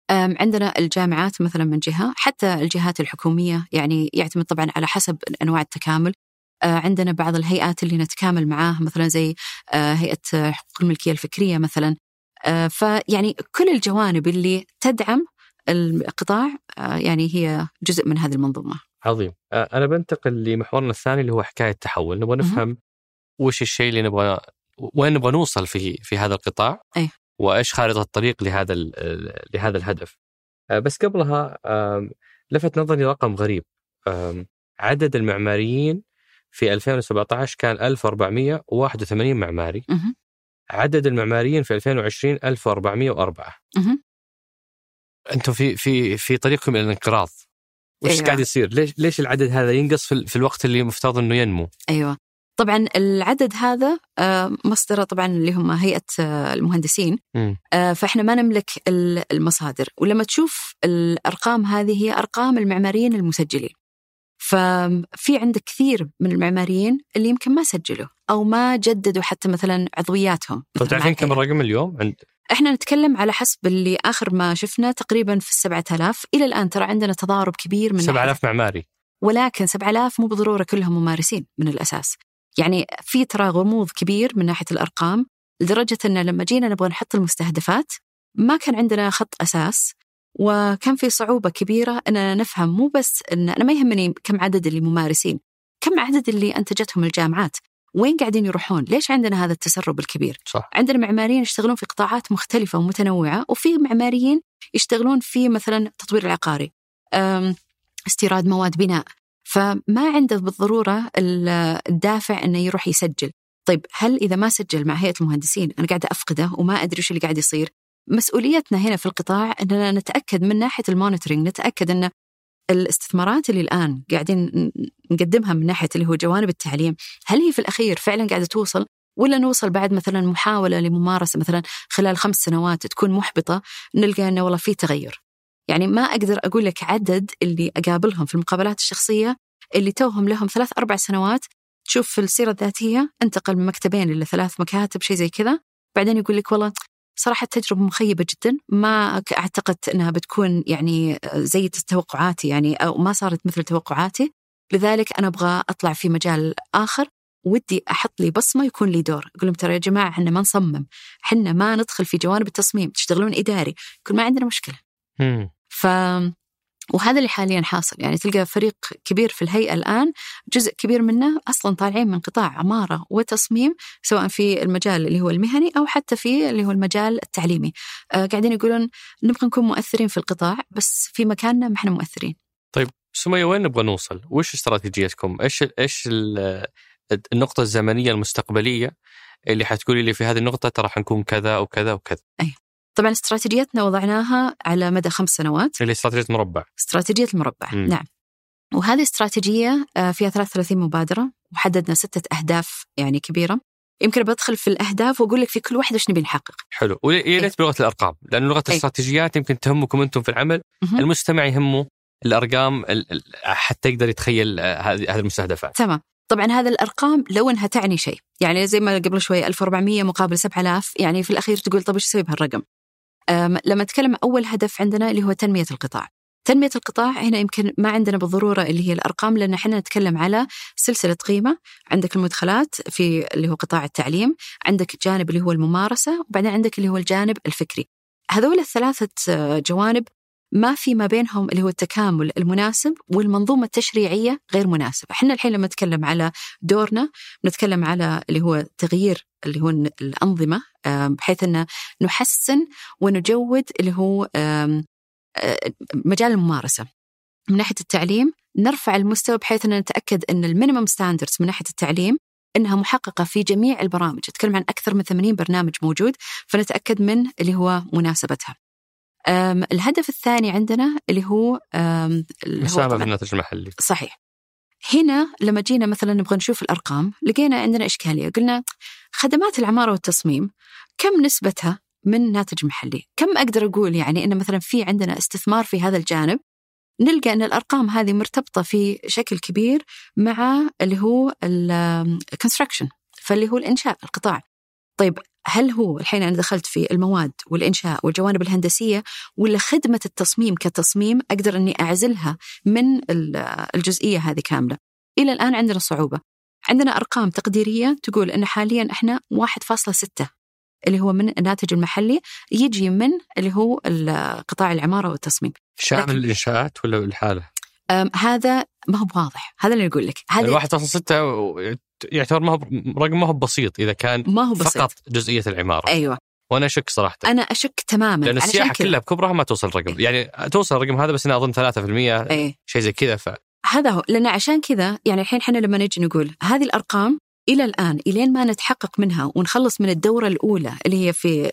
[SPEAKER 2] عندنا الجامعات مثلا من جهة، حتى الجهات الحكومية، يعني يعتمد طبعا على حسب أنواع التكامل. عندنا بعض الهيئات اللي نتكامل معاه مثلا زي هيئة حقوق الملكية الفكرية مثلا. فيعني كل الجوانب اللي تدعم القطاع يعني هي جزء من هذه المنظومة.
[SPEAKER 3] عظيم. أنا بنتقل لمحورنا الثاني اللي هو حكاية تحول. نبغى نفهم وش الشيء اللي نبغى، وين نبغى نوصل فيه في هذا القطاع،
[SPEAKER 2] أي.
[SPEAKER 3] وإيش خارطة الطريق لهذا لهذا الهدف. بس قبلها لفت نظري رقم غريب. عدد المعماريين في ألفين وسبعة عشر كان ألف وأربعمائة وواحد وثمانين معماري.
[SPEAKER 2] أه.
[SPEAKER 3] عدد المعماريين في ألفين وعشرين ألف وأربعمائة وأربعة.
[SPEAKER 2] أه.
[SPEAKER 3] أنتم في في في طريقكم إلى الانقراض. وش
[SPEAKER 2] أيوة.
[SPEAKER 3] قاعد يصير؟ ليش ليش العدد هذا ينقص في, في الوقت اللي مفترض إنه ينمو؟
[SPEAKER 2] أيوة. طبعا العدد هذا مصدره طبعا اللي هم هيئة المهندسين.
[SPEAKER 3] م.
[SPEAKER 2] فإحنا ما نملك المصادر، ولما تشوف الأرقام هذه هي أرقام المعماريين المسجلين. ففي عندك كثير من المعماريين اللي يمكن ما سجلوا أو ما جددوا حتى مثلا عضوياتهم.
[SPEAKER 3] طب تعرفين كم الرقم اليوم؟ عند...
[SPEAKER 2] إحنا نتكلم على حسب اللي آخر ما شفنا تقريبا في السبعة آلاف إلى الآن. ترى عندنا تضارب كبير من
[SPEAKER 3] سبعة آلاف معماري،
[SPEAKER 2] ولكن سبعة آلاف مو بالضرورة كلهم ممارسين من الأساس. يعني في ترى غموض كبير من ناحية الأرقام، لدرجة أن لما جينا نبغى نحط المستهدفات ما كان عندنا خط أساس، وكان في صعوبة كبيرة أننا نفهم مو بس أن أنا ما يهمني كم عدد اللي ممارسين، كم عدد اللي أنتجتهم الجامعات، وين قاعدين يروحون، ليش عندنا هذا التسرب الكبير.
[SPEAKER 3] صح.
[SPEAKER 2] عندنا معماريين يشتغلون في قطاعات مختلفة ومتنوعة، وفي معماريين يشتغلون في مثلا التطوير العقاري، استيراد مواد بناء، فما عنده بالضرورة الدافع أنه يروح يسجل. طيب هل إذا ما سجل مع هيئة المهندسين أنا قاعدة أفقده وما أدري وش اللي قاعد يصير؟ مسؤوليتنا هنا في القطاع أننا نتأكد من ناحية المونيتورينج، نتأكد أن الاستثمارات اللي الآن قاعدين نقدمها من ناحية اللي هو جوانب التعليم، هل هي في الأخير فعلا قاعدة توصل، ولا نوصل بعد مثلا محاولة لممارسة مثلا خلال خمس سنوات تكون محبطة نلقى أنه والله في تغير. يعني ما أقدر أقول لك عدد اللي أقابلهم في المقابلات الشخصية اللي توهم لهم ثلاث أربع سنوات، تشوف في السيرة الذاتية انتقل من مكتبين إلى ثلاث مكاتب شيء زي كذا، بعدين يقول لك والله صراحة تجربة مخيبة جدا، ما اعتقدت انها بتكون يعني زي توقعاتي يعني، او ما صارت مثل توقعاتي. لذلك انا ابغى اطلع في مجال اخر، ودي احط لي بصمة يكون لي دور. اقول لهم ترى يا جماعة احنا ما نصمم، احنا ما ندخل في جوانب التصميم، تشتغلون اداري، كل ما عندنا مشكلة.
[SPEAKER 3] مم.
[SPEAKER 2] ف وهذا اللي حاليا حاصل. يعني تلقى فريق كبير في الهيئة الآن، جزء كبير منه أصلا طالعين من قطاع عمارة وتصميم، سواء في المجال اللي هو المهني أو حتى في اللي هو المجال التعليمي. آه قاعدين يقولون نبغى نكون مؤثرين في القطاع، بس في مكاننا ما احنا مؤثرين.
[SPEAKER 3] طيب سمية، وين نبغى نوصل؟ وش استراتيجيتكم؟ إيش إيش النقطة الزمنية المستقبلية اللي حتقولي لي في هذه النقطة ترى حنكون كذا وكذا وكذا؟
[SPEAKER 2] أي طبعا استراتيجيتنا وضعناها على مدى خمس سنوات،
[SPEAKER 3] اللي استراتيجية مربع.
[SPEAKER 2] استراتيجية المربع. م. نعم. وهذه استراتيجية فيها ثلاثة وثلاثين مبادرة، وحددنا ستة أهداف يعني كبيرة. يمكن بدخل في الأهداف وأقول لك في كل واحدة إيش نبي نحقق.
[SPEAKER 3] حلو. ويا ريت بلغة الأرقام، لأن لغة الاستراتيجيات يمكن تهمكم أنتم في العمل، م- المستمع يهمه الأرقام حتى يقدر يتخيل هذه المستهدفات.
[SPEAKER 2] تمام. طبعا هذا الأرقام لو أنها تعني شيء، يعني زي ما قبل شوي ألف وأربعمية مقابل سبعة آلاف، يعني في الأخير تقول طب إيش يسوي بهالرقم؟ لما نتكلم أول هدف عندنا اللي هو تنمية القطاع. تنمية القطاع هنا يمكن ما عندنا بالضرورة اللي هي الأرقام، لأن احنا نتكلم على سلسلة قيمة. عندك المدخلات في اللي هو قطاع التعليم، عندك الجانب اللي هو الممارسة، وبعدين عندك اللي هو الجانب الفكري. هذول الثلاثة جوانب ما في ما بينهم اللي هو التكامل المناسب، والمنظومة التشريعية غير مناسبة. احنا الحين لما نتكلم على دورنا نتكلم على اللي هو تغيير اللي هو الأنظمة، بحيث أن نحسن ونجود اللي هو مجال الممارسة. من ناحية التعليم نرفع المستوى بحيث أن نتأكد أن المينيمم ستاندردز من ناحية التعليم أنها محققة في جميع البرامج. أتكلم عن أكثر من ثمانين برنامج موجود، فنتأكد من اللي هو مناسبتها. الهدف الثاني عندنا اللي هو
[SPEAKER 3] مساهمة في الناتج المحلي.
[SPEAKER 2] صحيح. هنا لما جينا مثلا نبغى نشوف الأرقام، لقينا عندنا إشكالية. قلنا خدمات العمارة والتصميم كم نسبتها من ناتج محلي؟ كم أقدر أقول يعني إن مثلا في عندنا استثمار في هذا الجانب؟ نلقى أن الأرقام هذه مرتبطة في شكل كبير مع اللي هو الكونستراكشن، فاللي هو الإنشاء القطاع. طيب هل هو الحين أنا دخلت في المواد والإنشاء والجوانب الهندسية، ولا خدمة التصميم كتصميم أقدر أني أعزلها من الجزئية هذه كاملة؟ إلى الآن عندنا صعوبة. عندنا أرقام تقديرية تقول أن حاليا إحنا واحد فاصلة ستة اللي هو من الناتج المحلي يجي من اللي هو قطاع العمارة والتصميم.
[SPEAKER 3] شامل الإنشاءات ولا الحالة؟
[SPEAKER 2] هذا ما هو واضح، هذا اللي نقول لك. هذا
[SPEAKER 3] واحد فاصلة ستة يعتبر ما هو رقم ما هو بسيط إذا كان
[SPEAKER 2] ما هو بسيط.
[SPEAKER 3] فقط جزئية العمارة.
[SPEAKER 2] أيوة.
[SPEAKER 3] وأنا أشك صراحة.
[SPEAKER 2] أنا أشك تماما.
[SPEAKER 3] لأن السياحة كلها بكبرها ما توصل رقم، أيه. يعني توصل الرقم هذا، بس أنا أظن ثلاثة في المية أيه. شيء زي كذا. ف
[SPEAKER 2] هذا هو. لأن عشان كذا يعني الحين حنا لما نجي نقول هذه الأرقام إلى الآن إلين ما نتحقق منها ونخلص من الدورة الأولى اللي هي في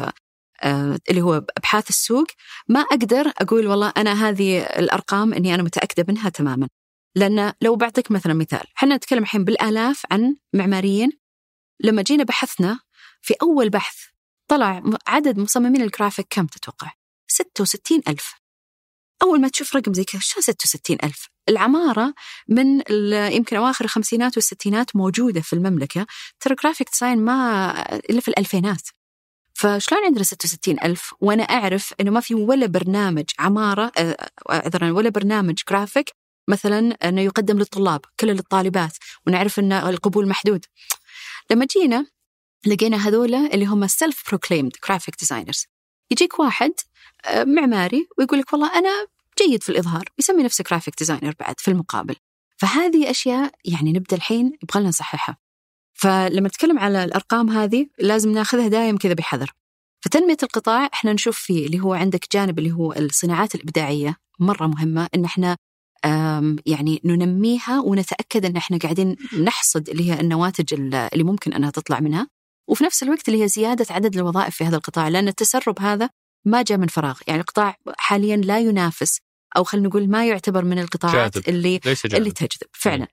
[SPEAKER 2] اللي هو أبحاث السوق، ما أقدر أقول والله أنا هذه الأرقام إني أنا متأكدة منها تماما. لأن لو بعطيك مثلا مثال، حنا نتكلم الحين بالآلاف عن معماريين. لما جينا بحثنا في أول بحث طلع عدد مصممين الجرافيك كم تتوقع؟ ستة وستين ألف. أول ما تشوف رقم زي كذا شو ستة وستين ألف؟ العمارة من يمكن أواخر الخمسينات والستينات موجودة في المملكة، ترى جرافيك ديزاين ما إلا في الألفينات. فشلون عندنا ستة وستين ألف وأنا أعرف إنه ما في ولا برنامج عمارة عذرا ولا برنامج جرافيك مثلا أنه يقدم للطلاب كل للطالبات، ونعرف أن القبول محدود. لما جينا لقينا هذولا اللي هم self proclaimed graphic designers. يجيك واحد معماري ويقول لك والله أنا جيد في الإظهار، يسمي نفسه graphic designer بعد في المقابل. فهذه أشياء يعني نبدأ الحين يبغى لنا نصححها. فلما نتكلم على الأرقام هذه لازم ناخذها دائم كذا بحذر. فتنمية القطاع احنا نشوف فيه اللي هو عندك جانب اللي هو الصناعات الإبداعية مرة مهمة، إن احنا يعني ننميها ونتأكد أن احنا قاعدين نحصد اللي هي النواتج اللي ممكن أنها تطلع منها، وفي نفس الوقت اللي هي زيادة عدد الوظائف في هذا القطاع، لأن التسرب هذا ما جاء من فراغ. يعني القطاع حاليا لا ينافس، أو خلينا نقول ما يعتبر من القطاعات
[SPEAKER 3] جاذب.
[SPEAKER 2] اللي اللي تجذب فعلا.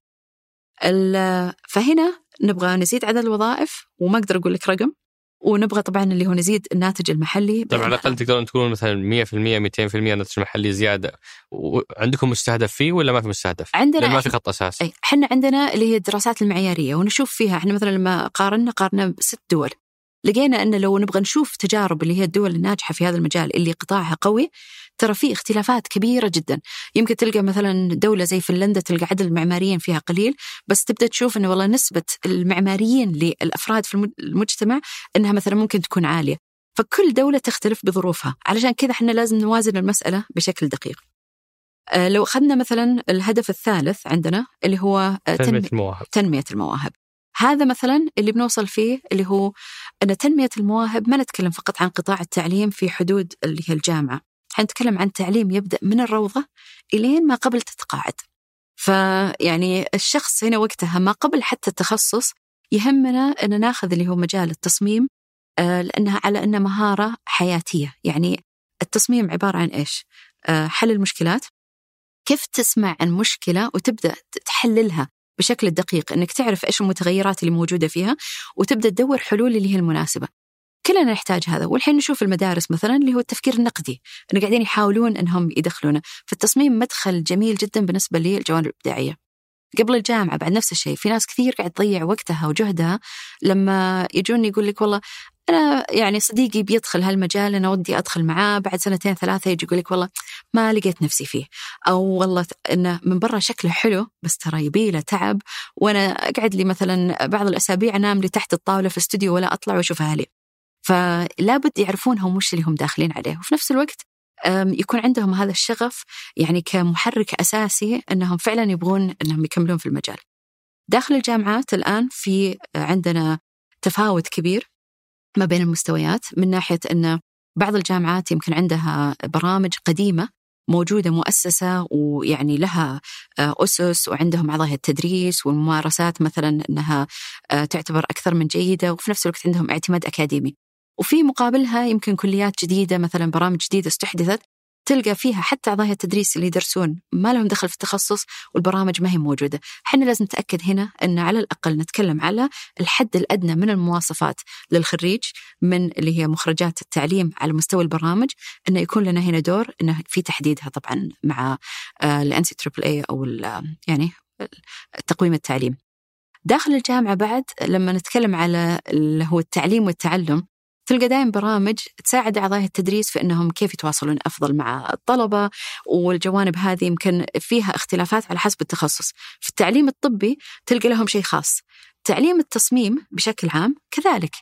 [SPEAKER 2] فهنا نبغى نزيد عدد الوظائف، وما أقدر أقول لك رقم، ونبغى طبعا اللي هو نزيد الناتج المحلي.
[SPEAKER 3] طبعا على الأقل تقدرون تقولون مثلا مية في المية مئتين في المية ناتج محلي زيادة. وعندكم مستهدف فيه ولا ما في مستهدف؟
[SPEAKER 2] عندنا
[SPEAKER 3] ما في خط أساس.
[SPEAKER 2] أي إحنا عندنا اللي هي الدراسات المعيارية، ونشوف فيها إحنا مثلا لما قارنا قارنا بست دول، لقينا أن لو نبغى نشوف تجارب اللي هي الدول الناجحة في هذا المجال اللي قطاعها قوي، ترى في اختلافات كبيرة جدا. يمكن تلقى مثلا دولة زي فنلندا تلقى عدد المعماريين فيها قليل، بس تبدأ تشوف أنه والله نسبة المعماريين للأفراد في المجتمع أنها مثلا ممكن تكون عالية. فكل دولة تختلف بظروفها، علشان كذا احنا لازم نوازن المسألة بشكل دقيق. أه لو أخذنا مثلا الهدف الثالث عندنا اللي هو
[SPEAKER 3] تنمية المواهب.
[SPEAKER 2] تنمية المواهب هذا مثلا اللي بنوصل فيه اللي هو أن تنمية المواهب ما نتكلم فقط عن قطاع التعليم في حدود اللي هي الجامعة، حنتكلم عن تعليم يبدأ من الروضة إلين ما قبل تتقاعد. فيعني الشخص هنا وقتها ما قبل حتى التخصص يهمنا أن ناخذ اللي هو مجال التصميم، آه لأنها على أنها مهارة حياتية. يعني التصميم عبارة عن إيش؟ آه حل المشكلات، كيف تسمع عن مشكلة وتبدأ تحللها بشكل دقيق، أنك تعرف إيش المتغيرات اللي موجودة فيها وتبدأ تدور حلول اللي هي المناسبة. كلنا نحتاج هذا. والحين نشوف المدارس مثلا اللي هو التفكير النقدي، أنه قاعدين يحاولون أنهم يدخلونه في التصميم. مدخل جميل جدا بالنسبة للجوانب الإبداعية. قبل الجامعة بعد نفس الشيء، في ناس كثير قاعد تضيع وقتها وجهدها لما يجون يقول لك والله أنا يعني صديقي بيدخل هالمجال أنا ودي أدخل معاه، بعد سنتين ثلاثة يجي يقول لك والله ما لقيت نفسي فيه، أو والله إنه من برا شكله حلو بس ترى يبيله تعب، وأنا أقعد لي مثلا بعض الأسابيع أنام لي تحت الطاولة في استوديو ولا أطلع وأشوف أهلي. فلا بد يعرفون هم وش اللي هم داخلين عليه، وفي نفس الوقت يكون عندهم هذا الشغف يعني كمحرك أساسي أنهم فعلا يبغون أنهم يكملون في المجال. داخل الجامعات الآن في عندنا تفاوت كبير ما بين المستويات، من ناحية أن بعض الجامعات يمكن عندها برامج قديمة موجودة مؤسسة ويعني لها أسس، وعندهم أعضاء التدريس والممارسات مثلا أنها تعتبر أكثر من جيدة، وفي نفس الوقت عندهم اعتماد أكاديمي. وفي مقابلها يمكن كليات جديدة مثلا برامج جديدة استحدثت تلقى فيها حتى أعضاء التدريس اللي يدرسون ما لهم دخل في التخصص والبرامج ما هي موجودة. حنا لازم نتأكد هنا أن على الأقل نتكلم على الحد الأدنى من المواصفات للخريج من اللي هي مخرجات التعليم على مستوى البرامج، أنه يكون لنا هنا دور أنه في تحديدها طبعا مع ال إن سي إيه إيه إيه أو يعني تقويم التعليم. داخل الجامعة بعد لما نتكلم على اللي هو التعليم والتعلم، تلقى دائما برامج تساعد أعضاء التدريس في أنهم كيف يتواصلون أفضل مع الطلبة، والجوانب هذه يمكن فيها اختلافات على حسب التخصص. في التعليم الطبي تلقى لهم شيء خاص، تعليم التصميم بشكل عام كذلك.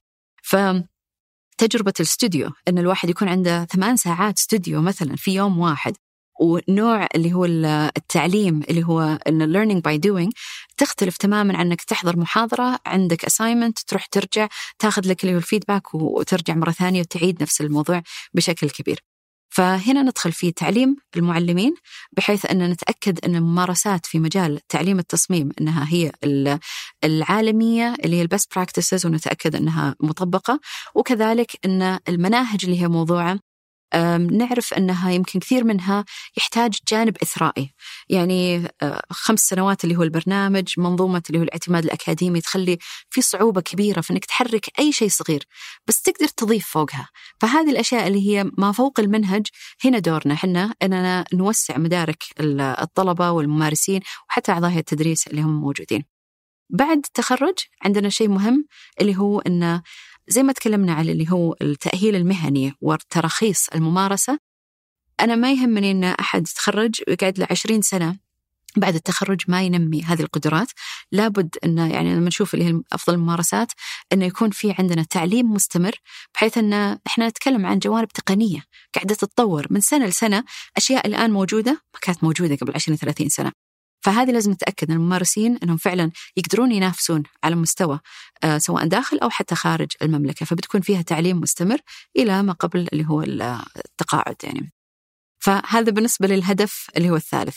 [SPEAKER 2] فتجربة الاستوديو أن الواحد يكون عنده ثمان ساعات استوديو مثلا في يوم واحد، ونوع اللي هو التعليم اللي هو learning by doing تختلف تماما عن أنك تحضر محاضرة عندك assignment تروح ترجع تاخذ لك اللي هو الفيدباك وترجع مرة ثانية وتعيد نفس الموضوع بشكل كبير. فهنا ندخل في تعليم المعلمين بحيث أن نتأكد أن الممارسات في مجال تعليم التصميم أنها هي العالمية اللي هي البست براكتسز ونتأكد أنها مطبقة، وكذلك أن المناهج اللي هي موضوعة نعرف أنها يمكن كثير منها يحتاج جانب إثرائي، يعني خمس سنوات اللي هو البرنامج، منظومة اللي هو الاعتماد الأكاديمي تخلي في صعوبة كبيرة في أنك تحرك أي شيء صغير بس تقدر تضيف فوقها. فهذه الأشياء اللي هي ما فوق المنهج هنا دورنا حنا أننا نوسع مدارك الطلبة والممارسين وحتى أعضاء التدريس اللي هم موجودين. بعد التخرج عندنا شيء مهم اللي هو أن زي ما تكلمنا على اللي هو التأهيل المهني وتراخيص الممارسة. أنا ما يهمني أن أحد يتخرج ويقعد له عشرين سنة بعد التخرج ما ينمي هذه القدرات. لابد أن يعني لما نشوف اللي هي أفضل الممارسات أنه يكون في عندنا تعليم مستمر، بحيث أن إحنا نتكلم عن جوانب تقنية قاعدة تتطور من سنة لسنة، أشياء الآن موجودة ما كانت موجودة قبل عشرين ثلاثين سنة. فهذه لازم نتأكد أن الممارسين أنهم فعلا يقدرون ينافسون على مستوى آه سواء داخل أو حتى خارج المملكة، فبتكون فيها تعليم مستمر إلى ما قبل اللي هو التقاعد يعني. فهذا بالنسبة للهدف اللي هو الثالث.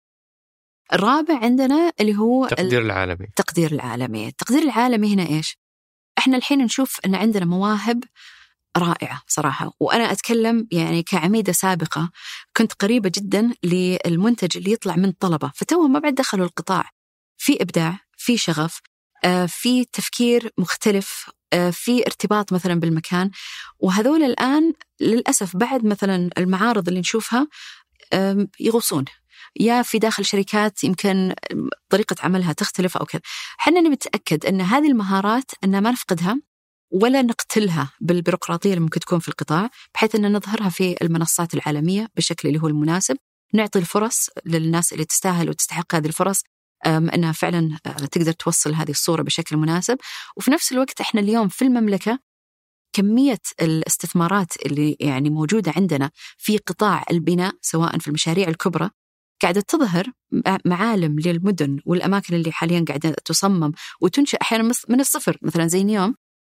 [SPEAKER 2] الرابع عندنا اللي هو
[SPEAKER 3] التقدير العالمي.
[SPEAKER 2] التقدير العالمي. التقدير العالمي هنا إيش؟ إحنا الحين نشوف أن عندنا مواهب رائعة صراحة، وأنا أتكلم يعني كعميدة سابقة كنت قريبة جدا للمنتج اللي يطلع من طلبة فتوهم ما بعد دخلوا القطاع، في إبداع، في شغف، في تفكير مختلف، في ارتباط مثلا بالمكان. وهذول الآن للأسف بعد مثلا المعارض اللي نشوفها يغوصون يا في داخل شركات يمكن طريقة عملها تختلف أو كذا. حنا نتأكد أن هذه المهارات أن ما نفقدها ولا نقتلها بالبيروقراطية اللي ممكن تكون في القطاع، بحيث أن نظهرها في المنصات العالمية بالشكل اللي هو المناسب، نعطي الفرص للناس اللي تستاهل وتستحق هذه الفرص أنها فعلا تقدر توصل هذه الصورة بشكل مناسب. وفي نفس الوقت إحنا اليوم في المملكة كمية الاستثمارات اللي يعني موجودة عندنا في قطاع البناء سواء في المشاريع الكبرى قاعدة تظهر معالم للمدن والأماكن اللي حاليا قاعدة تصمم وتنشأ أحيانا من الصفر مثلا زي نيوم.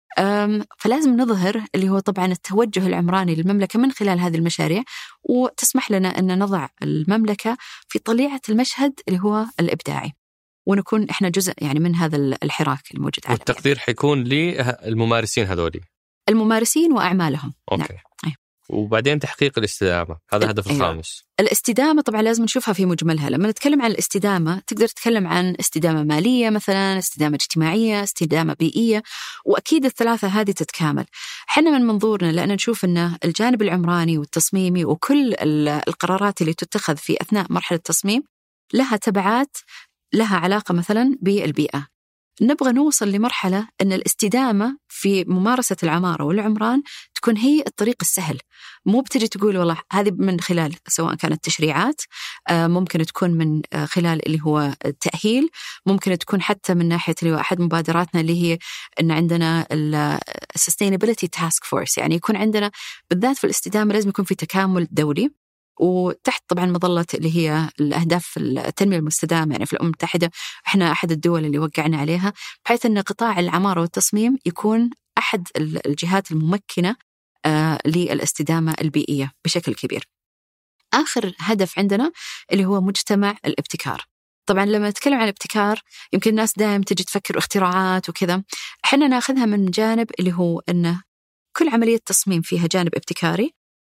[SPEAKER 2] فلازم نظهر اللي هو طبعا التوجه العمراني للمملكة من خلال هذه المشاريع، وتسمح لنا أن نضع المملكة في طليعة المشهد اللي هو الإبداعي، ونكون إحنا جزء يعني من هذا الحراك الموجود عالميا.
[SPEAKER 3] والتقدير حيكون للممارسين هذولي،
[SPEAKER 2] الممارسين وأعمالهم.
[SPEAKER 3] أوكي.
[SPEAKER 2] نعم. أيه.
[SPEAKER 3] وبعدين تحقيق الاستدامة، هذا الهدف
[SPEAKER 2] أيوة.
[SPEAKER 3] الخامس.
[SPEAKER 2] الاستدامة طبعا لازم نشوفها في مجملها. لما نتكلم عن الاستدامة تقدر تتكلم عن استدامة مالية مثلا، استدامة اجتماعية، استدامة بيئية، وأكيد الثلاثة هذه تتكامل. حنا من منظورنا لأن نشوف أن الجانب العمراني والتصميمي وكل القرارات اللي تتخذ في أثناء مرحلة التصميم لها تبعات، لها علاقة مثلا بالبيئة. نبغى نوصل لمرحلة أن الاستدامة في ممارسة العمارة والعمران تكون هي الطريق السهل، مو بتجي تقول والله هذه من خلال سواء كانت تشريعات، ممكن تكون من خلال اللي هو التأهيل، ممكن تكون حتى من ناحية اللي هو أحد مبادراتنا اللي هي أن عندنا ال Sustainability Task Force، يعني يكون عندنا بالذات في الاستدامة لازم يكون في تكامل دولي، وتحت طبعا مظلة اللي هي الأهداف التنمية المستدامة. يعني في الأمم المتحدة إحنا أحد الدول اللي وقعنا عليها، بحيث أن قطاع العمارة والتصميم يكون أحد الجهات الممكنة آه للاستدامة البيئية بشكل كبير. آخر هدف عندنا اللي هو مجتمع الابتكار. طبعا لما نتكلم عن الابتكار يمكن الناس دائما تجي تفكر اختراعات وكذا، إحنا ناخذها من جانب اللي هو أن كل عملية تصميم فيها جانب ابتكاري،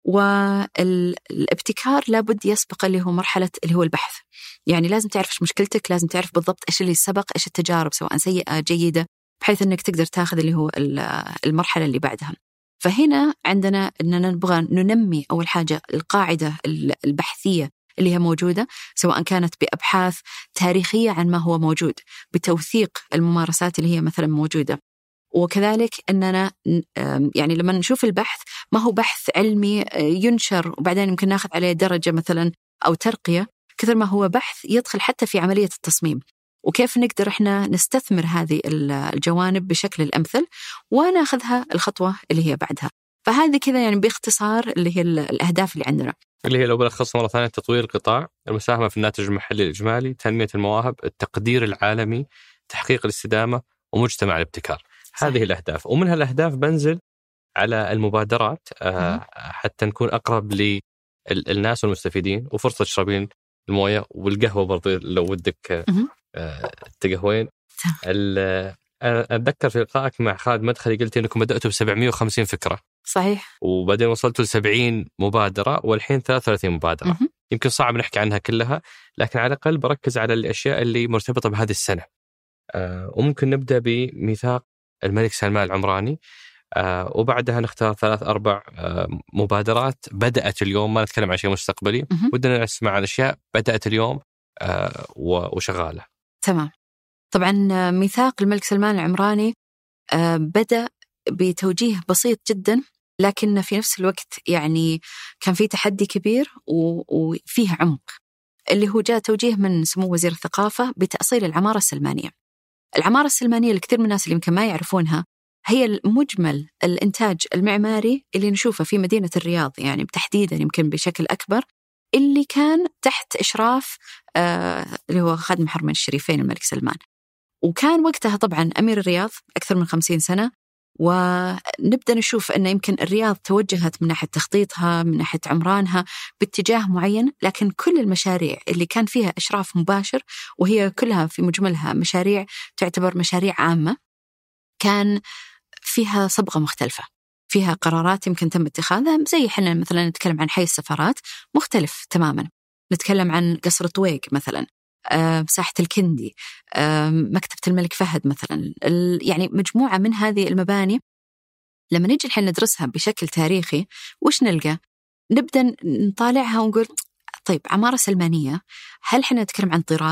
[SPEAKER 2] والابتكار لابد يسبق اللي هو مرحلة اللي هو البحث. يعني لازم تعرف إيش مشكلتك، لازم تعرف بالضبط إيش اللي سبق، إيش التجارب سواء سيئة جيدة، بحيث أنك تقدر تاخذ اللي هو المرحلة اللي بعدها. فهنا عندنا أننا نبغى ننمي أول حاجة القاعدة البحثية اللي هي موجودة، سواء كانت بأبحاث تاريخية عن ما هو موجود، بتوثيق الممارسات اللي هي مثلا موجودة، وكذلك أننا يعني لما نشوف البحث ما هو بحث علمي ينشر وبعدين يمكن ناخذ عليه درجة مثلا أو ترقية، كثر ما هو بحث يدخل حتى في عملية التصميم، وكيف نقدر إحنا نستثمر هذه الجوانب بشكل الأمثل وناخذها الخطوة اللي هي بعدها. فهذه كذا يعني باختصار اللي هي الأهداف اللي عندنا،
[SPEAKER 3] اللي هي لو بلخص مرة ثانية: تطوير القطاع، المساهمة في الناتج المحلي الإجمالي، تنمية المواهب، التقدير العالمي، تحقيق الاستدامة، ومجتمع الابتكار. صحيح. هذه الأهداف، ومن هالأهداف بنزل على المبادرات آه حتى نكون أقرب للناس والمستفيدين، وفرصة تشربين الموية والقهوة برضو لو ودك آه تقهوين. أتذكر في لقائك مع خالد مدخلي قلت إنكم بدأتوا بسبعمية وخمسين فكرة.
[SPEAKER 2] صحيح.
[SPEAKER 3] وبعدين وصلتوا لسبعين مبادرة، والحين ثلاثة وثلاثين مبادرة. م-م. يمكن صعب نحكي عنها كلها، لكن على الأقل بركز على الأشياء اللي مرتبطة بهذه السنة. آه وممكن نبدأ بميثاق الملك سلمان العمراني، آه وبعدها نختار ثلاث أربع آه مبادرات بدأت اليوم، ما نتكلم عن شيء مستقبلي. م-م. ودنا نسمع عن أشياء بدأت اليوم آه وشغالة.
[SPEAKER 2] تمام. طبعا ميثاق الملك سلمان العمراني آه بدأ بتوجيه بسيط جدا، لكن في نفس الوقت يعني كان فيه تحدي كبير وفيه عمق، اللي هو جاء توجيه من سمو وزير الثقافة بتأصيل العمارة السلمانية. العمارة السلمانية اللي كثير من الناس اللي يمكن ما يعرفونها هي المجمل الإنتاج المعماري اللي نشوفه في مدينة الرياض، يعني تحديدا يمكن بشكل أكبر، اللي كان تحت إشراف آه اللي هو خادم الحرمين الشريفين الملك سلمان. وكان وقتها طبعا أمير الرياض أكثر من خمسين سنة، ونبدأ نشوف أن يمكن الرياض توجهت من ناحية تخطيطها من ناحية عمرانها باتجاه معين، لكن كل المشاريع اللي كان فيها إشراف مباشر، وهي كلها في مجملها مشاريع تعتبر مشاريع عامة، كان فيها صبغة مختلفة، فيها قرارات يمكن تم اتخاذها، زي إحنا مثلا نتكلم عن حي السفارات مختلف تماما، نتكلم عن قصر طويق مثلا، أه، ساحة الكندي، أه، مكتبة الملك فهد مثلا، يعني مجموعة من هذه المباني لما نيجي الحين ندرسها بشكل تاريخي وش نلقى؟ نبدأ نطالعها ونقول طيب عمارة سلمانية، هل حنا نتكلم عن طراز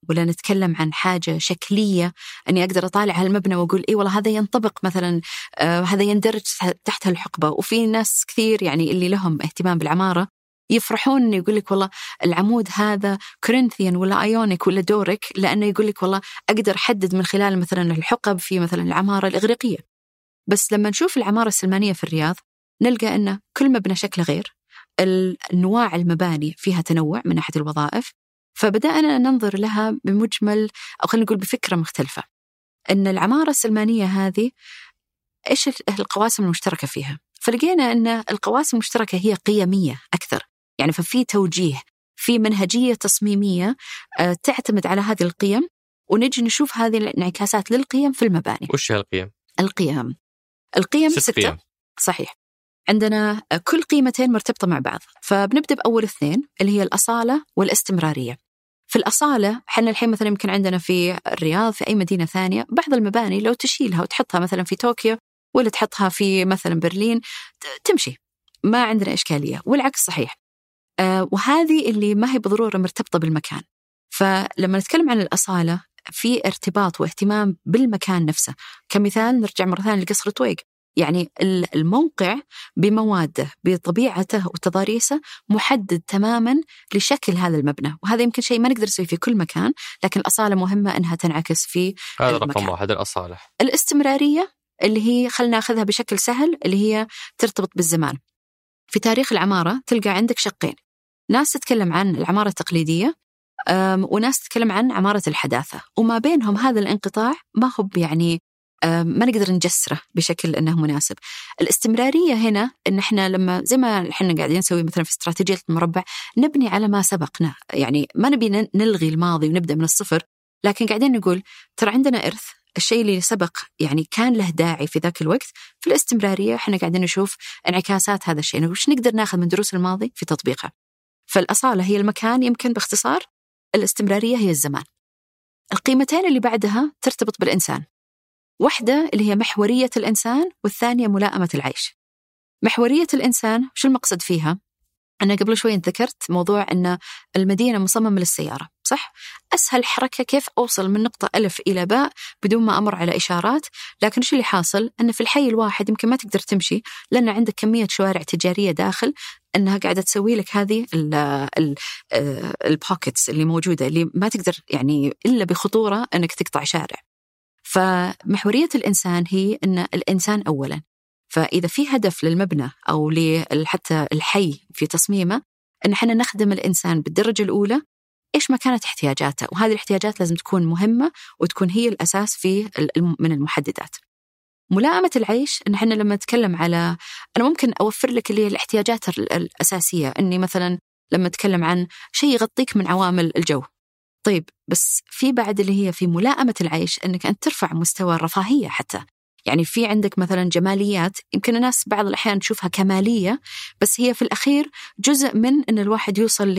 [SPEAKER 2] ولا نتكلم عن حاجة شكلية أني أقدر أطالع هالمبنى وأقول إيه والله هذا ينطبق مثلا آه هذا يندرج تحت الحقبة. وفي ناس كثير يعني اللي لهم اهتمام بالعمارة يفرحون يقول لك والله العمود هذا كورنثيان ولا أيونيك ولا دورك، لأنه يقول لك والله أقدر أحدد من خلال مثلا الحقب في مثلا العمارة الإغريقية. بس لما نشوف العمارة السلمانية في الرياض نلقى أن كل مبنى شكله غير، النواع المباني فيها تنوع من ناحية الوظائف، فبدأنا ننظر لها بمجمل أو خلينا نقول بفكرة مختلفة، أن العمارة السلمانية هذه إيش القواسم المشتركة فيها؟ فلقينا أن القواسم المشتركة هي قيمية أكثر، يعني ففي توجيه، في منهجية تصميمية تعتمد على هذه القيم، ونجي نشوف هذه الانعكاسات للقيم في المباني.
[SPEAKER 3] وش هالقيم؟
[SPEAKER 2] القيم القيم
[SPEAKER 3] ست
[SPEAKER 2] ستة
[SPEAKER 3] قيم.
[SPEAKER 2] صحيح. عندنا كل قيمتين مرتبطة مع بعض، فبنبدأ بأول اثنين اللي هي الأصالة والاستمرارية. في الأصالة حنا الحين مثلا يمكن عندنا في الرياض في أي مدينة ثانية بعض المباني لو تشيلها وتحطها مثلا في طوكيو ولا تحطها في مثلا برلين تمشي، ما عندنا إشكالية، والعكس صحيح. آه وهذه اللي ما هي بالضرورة مرتبطة بالمكان. فلما نتكلم عن الأصالة في ارتباط واهتمام بالمكان نفسه. كمثال نرجع مرة ثانية لقصر طويق، يعني الموقع بمواده بطبيعته وتضاريسه محدد تماما لشكل هذا المبنى، وهذا يمكن شيء ما نقدر نسويه في كل مكان، لكن الأصالة مهمة أنها تنعكس في
[SPEAKER 3] هذا
[SPEAKER 2] المكان.
[SPEAKER 3] رقم واحد الأصالة.
[SPEAKER 2] الاستمرارية اللي هي خلنا ناخذها بشكل سهل، اللي هي ترتبط بالزمان. في تاريخ العمارة تلقى عندك شقين، ناس تتكلم عن العمارة التقليدية وناس تتكلم عن عمارة الحداثة، وما بينهم هذا الانقطاع ما هو يعني ما نقدر نجسره بشكل أنه مناسب. الاستمرارية هنا إن إحنا لما زي ما إحنا قاعدين نسوي مثلا في استراتيجية المربع نبني على ما سبقنا، يعني ما نبي نلغي الماضي ونبدأ من الصفر، لكن قاعدين نقول ترى عندنا إرث، الشيء اللي سبق يعني كان له داعي في ذاك الوقت. في الاستمرارية إحنا قاعدين نشوف انعكاسات هذا الشيء، وش نقدر ناخذ من دروس الماضي في تطبيقها. فالأصالة هي المكان يمكن باختصار، الاستمرارية هي الزمان. القيمتين اللي بعدها ترتبط بالإنسان، واحدة اللي هي محورية الإنسان والثانية ملائمة العيش. محورية الإنسان شو المقصد فيها؟ أنا قبل شوي ذكرت موضوع أن المدينة مصممة للسيارة، صح؟ أسهل حركة كيف أوصل من نقطة ألف إلى باء بدون ما أمر على إشارات، لكن شو اللي حاصل؟ أن في الحي الواحد يمكن ما تقدر تمشي لأن عندك كمية شوارع تجارية داخل أنها قاعدة تسوي لك هذه البوكيتس اللي موجودة اللي ما تقدر يعني إلا بخطورة أنك تقطع شارع. فمحورية الإنسان هي أن الإنسان أولاً، فإذا في هدف للمبنى أو حتى الحي في تصميمه أن احنا نخدم الإنسان بالدرجة الأولى، إيش ما كانت احتياجاته، وهذه الاحتياجات لازم تكون مهمة وتكون هي الأساس في من المحددات. ملائمة العيش أن احنا لما نتكلم على، أنا ممكن أوفر لك اللي الاحتياجات الأساسية، أني مثلا لما أتكلم عن شيء يغطيك من عوامل الجو، طيب بس في بعد اللي هي في ملائمة العيش أنك أنت ترفع مستوى الرفاهية حتى، يعني في عندك مثلا جماليات يمكن الناس بعض الأحيان تشوفها كمالية، بس هي في الأخير جزء من أن الواحد يوصل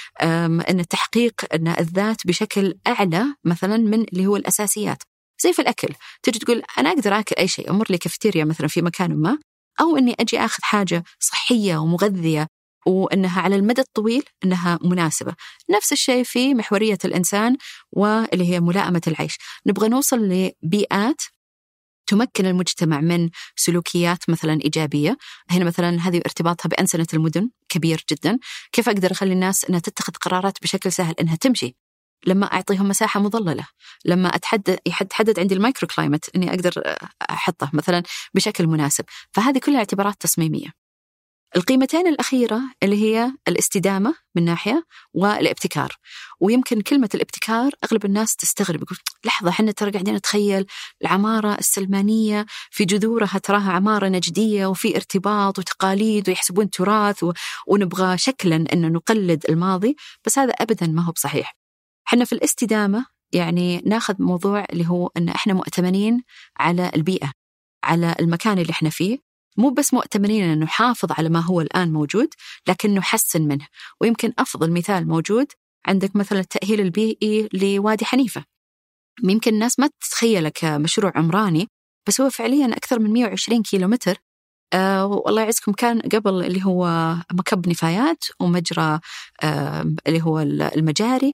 [SPEAKER 2] لأن تحقيق أن الذات بشكل أعلى مثلا من اللي هو الأساسيات. زي في الأكل تجي تقول أنا أقدر أكل أي شيء، أمر لي كافتيريا مثلا في مكان ما، أو أني أجي أخذ حاجة صحية ومغذية وأنها على المدى الطويل أنها مناسبة. نفس الشيء في محورية الإنسان واللي هي ملائمة العيش، نبغى نوصل لبيئات تمكن المجتمع من سلوكيات مثلا إيجابية. هنا مثلا هذه ارتباطها بأنسنة المدن كبير جدا، كيف أقدر أخلي الناس أنها تتخذ قرارات بشكل سهل، أنها تمشي، لما أعطيهم مساحة مظللة، لما أتحدد يحدد عندي المايكرو كلايمت أني أقدر أحطه مثلا بشكل مناسب. فهذه كلها اعتبارات تصميمية. القيمتين الأخيرة اللي هي الاستدامة من ناحية والابتكار، ويمكن كلمة الابتكار أغلب الناس تستغرب، يقول لحظة حنا ترى قاعدين نتخيل العمارة السلمانية في جذورها تراها عمارة نجدية وفي ارتباط وتقاليد ويحسبون تراث و... ونبغى شكلا أنه نقلد الماضي، بس هذا أبدا ما هو بصحيح. حنا في الاستدامة يعني ناخذ موضوع اللي هو أن احنا مؤتمنين على البيئة، على المكان اللي احنا فيه، مو بس مؤتمنين أن نحافظ على ما هو الآن موجود لكن نحسن منه. ويمكن أفضل مثال موجود عندك مثلا التأهيل البيئي لوادي حنيفة، يمكن الناس ما تتخيله كمشروع عمراني، بس هو فعليا أكثر من مئة وعشرين كيلومتر. آه والله يعزكم كان قبل اللي هو مكب نفايات ومجرى آه اللي هو المجاري،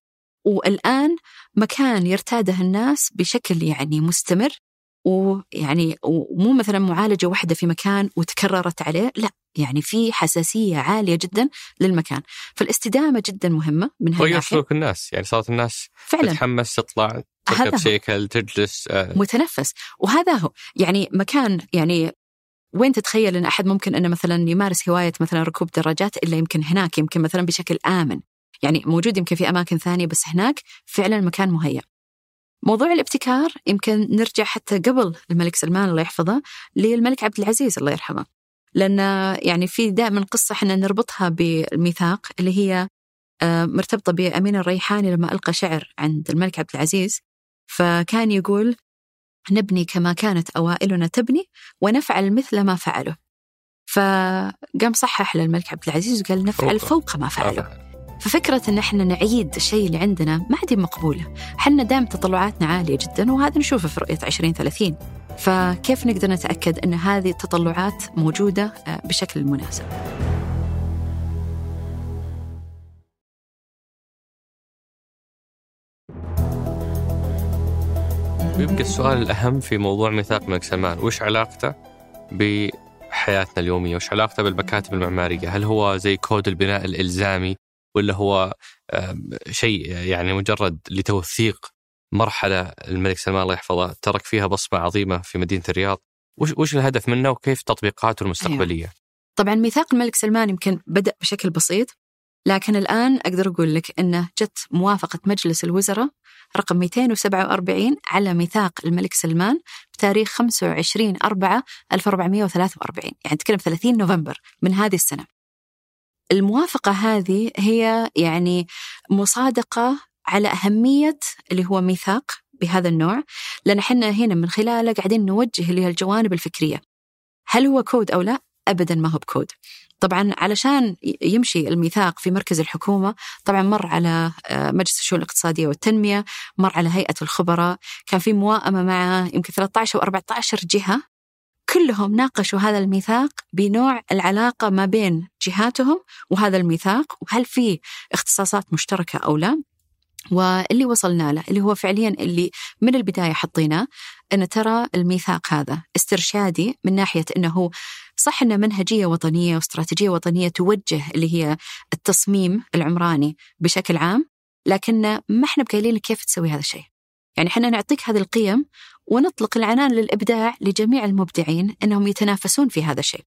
[SPEAKER 2] والآن مكان يرتاده الناس بشكل يعني مستمر، ويعني ومو مثلا معالجة واحدة في مكان وتكررت عليه، لا، يعني في حساسية عالية جدا للمكان. فالاستدامة جدا مهمة من هالناحية.
[SPEAKER 3] غير سلوك الناس، يعني صارت الناس
[SPEAKER 2] فعلا
[SPEAKER 3] تتحمس تطلع تركب سيكل تجلس آه.
[SPEAKER 2] متنفس. وهذا هو يعني مكان، يعني وين تتخيل أن أحد ممكن أنه مثلا يمارس هواية مثلا ركوب دراجات إلا يمكن هناك، يمكن مثلا بشكل آمن، يعني موجود يمكن في أماكن ثانية، بس هناك فعلا المكان مهيأ. موضوع الابتكار يمكن نرجع حتى قبل الملك سلمان الله يحفظه للملك عبد العزيز الله يرحمه، لأن يعني في دائما قصة حنا نربطها بالميثاق اللي هي مرتبطة بأمين الريحاني لما ألقى شعر عند الملك عبد العزيز، فكان يقول: نبني كما كانت أوائلنا تبني ونفعل مثل ما فعله. فقام صحح للملك عبد العزيز وقال: نفعل فوق ما فعله. ففكرة إن إحنا نعيد الشيء اللي عندنا ما عاد مقبولة. حنا دائم تطلعاتنا عالية جدا، وهذا نشوفه في رؤية عشرين ثلاثين. فكيف نقدر نتأكد أن هذه التطلعات موجودة بشكل مناسب؟
[SPEAKER 3] ويبقى السؤال الأهم في موضوع ميثاق الملك سلمان، وش علاقته بحياتنا اليومية؟ وش علاقته بالمكاتب المعمارية؟ هل هو زي كود البناء الإلزامي، ولا هو شيء يعني مجرد لتوثيق مرحلة الملك سلمان الله يحفظه ترك فيها بصمة عظيمة في مدينة الرياض؟ وش, وش الهدف منه وكيف تطبيقاته المستقبلية؟
[SPEAKER 2] أيوة. طبعا ميثاق الملك سلمان يمكن بدأ بشكل بسيط، لكن الآن أقدر أقول لك أنه جت موافقة مجلس الوزراء رقم مئتين وسبعة وأربعين على ميثاق الملك سلمان بتاريخ خمسة وعشرين أربعة ألف وأربعمئة وثلاثة وأربعين، يعني تكلم ثلاثين نوفمبر من هذه السنة. الموافقة هذه هي يعني مصادقة على أهمية اللي هو ميثاق بهذا النوع، لأن حنا هنا من خلاله قاعدين نوجه اللي هي الجوانب الفكرية. هل هو كود أو لا؟ أبدا ما هو بكود. طبعا علشان يمشي الميثاق في مركز الحكومة طبعا مر على مجلس الشؤون الاقتصادية والتنمية، مر على هيئة الخبراء، كان في موائمة مع يمكن ثلاثة عشر أو أربعة عشر جهة، كلهم ناقشوا هذا الميثاق بنوع العلاقة ما بين جهاتهم وهذا الميثاق، وهل في اختصاصات مشتركة أو لا. واللي وصلنا له اللي هو فعليا اللي من البداية حطيناه، أن ترى الميثاق هذا استرشادي من ناحية أنه صح أنه منهجية وطنية واستراتيجية وطنية توجه اللي هي التصميم العمراني بشكل عام، لكن ما احنا بقايلين كيف تسوي هذا الشيء. يعني حنا نعطيك هذه القيم ونطلق العنان للإبداع لجميع المبدعين أنهم يتنافسون في هذا الشيء.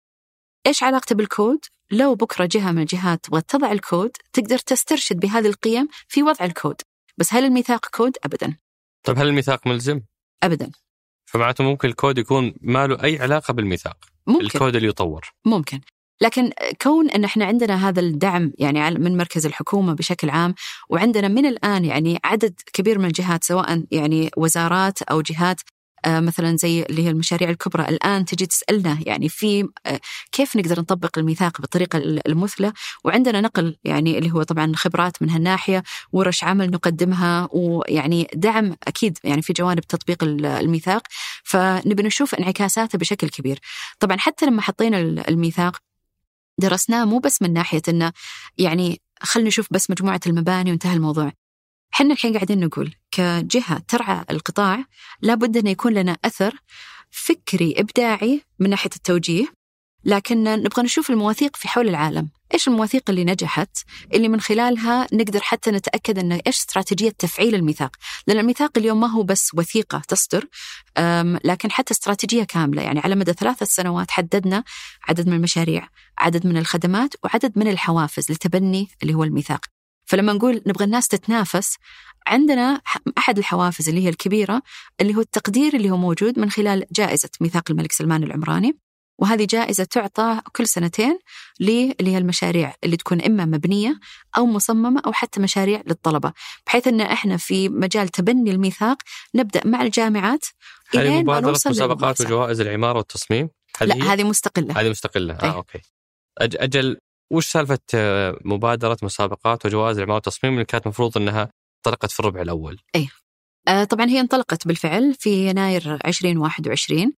[SPEAKER 2] إيش علاقته بالكود؟ لو بكرة جهة من الجهات تبغى تضع الكود تقدر تسترشد بهذه القيم في وضع الكود، بس هل الميثاق كود؟ أبدا.
[SPEAKER 3] طيب هل الميثاق ملزم؟
[SPEAKER 2] أبدا.
[SPEAKER 3] فمعناته ممكن الكود يكون ما له أي علاقة بالميثاق،
[SPEAKER 2] ممكن.
[SPEAKER 3] الكود اللي يطور
[SPEAKER 2] ممكن، لكن كون أن احنا عندنا هذا الدعم يعني من مركز الحكومة بشكل عام، وعندنا من الآن يعني عدد كبير من الجهات سواء يعني وزارات أو جهات آه مثلا زي اللي هي المشاريع الكبرى الآن تجي تسألنا يعني في آه كيف نقدر نطبق الميثاق بالطريقة المثلى، وعندنا نقل يعني اللي هو طبعا خبرات من هالناحية، ورش عمل نقدمها، ويعني دعم أكيد يعني في جوانب تطبيق الميثاق، فنبي نشوف انعكاساته بشكل كبير. طبعا حتى لما حطينا الميثاق درسناه مو بس من ناحية إنه يعني خلنا نشوف بس مجموعة المباني وانتهى الموضوع. حنا الحين قاعدين نقول كجهة ترعى القطاع لابد أن يكون لنا أثر فكري إبداعي من ناحية التوجيه، لكن نبغى نشوف المواثيق في حول العالم، إيش المواثيق اللي نجحت اللي من خلالها نقدر حتى نتأكد أن إيش استراتيجية تفعيل الميثاق. لأن الميثاق اليوم ما هو بس وثيقة تصدر، لكن حتى استراتيجية كاملة. يعني على مدى ثلاثة سنوات حددنا عدد من المشاريع، عدد من الخدمات، وعدد من الحوافز لتبني اللي هو الميثاق. فلما نقول نبغى الناس تتنافس، عندنا أحد الحوافز اللي هي الكبيرة اللي هو التقدير اللي هو موجود من خلال جائزة ميثاق الملك سلمان العمراني، وهذه جائزة تعطى كل سنتين اللي هي المشاريع اللي تكون إما مبنية أو مصممة أو حتى مشاريع للطلبة، بحيث أن إحنا في مجال تبني الميثاق نبدأ مع الجامعات.
[SPEAKER 3] هذه مبادرة مسابقات وجوائز العمارة والتصميم؟
[SPEAKER 2] لا هذه مستقلة.
[SPEAKER 3] هذه مستقلة. آه أوكي. أجل وش سالفة مبادرة مسابقات وجوائز العمارة والتصميم اللي كانت مفروض أنها انطلقت في الربع الأول؟
[SPEAKER 2] أي آه طبعا هي انطلقت بالفعل في يناير عشرين واحد وعشرين.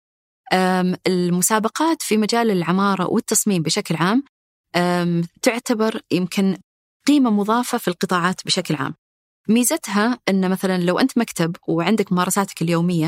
[SPEAKER 2] المسابقات في مجال العمارة والتصميم بشكل عام تعتبر يمكن قيمة مضافة في القطاعات بشكل عام. ميزتها أن مثلا لو أنت مكتب وعندك ممارساتك اليومية،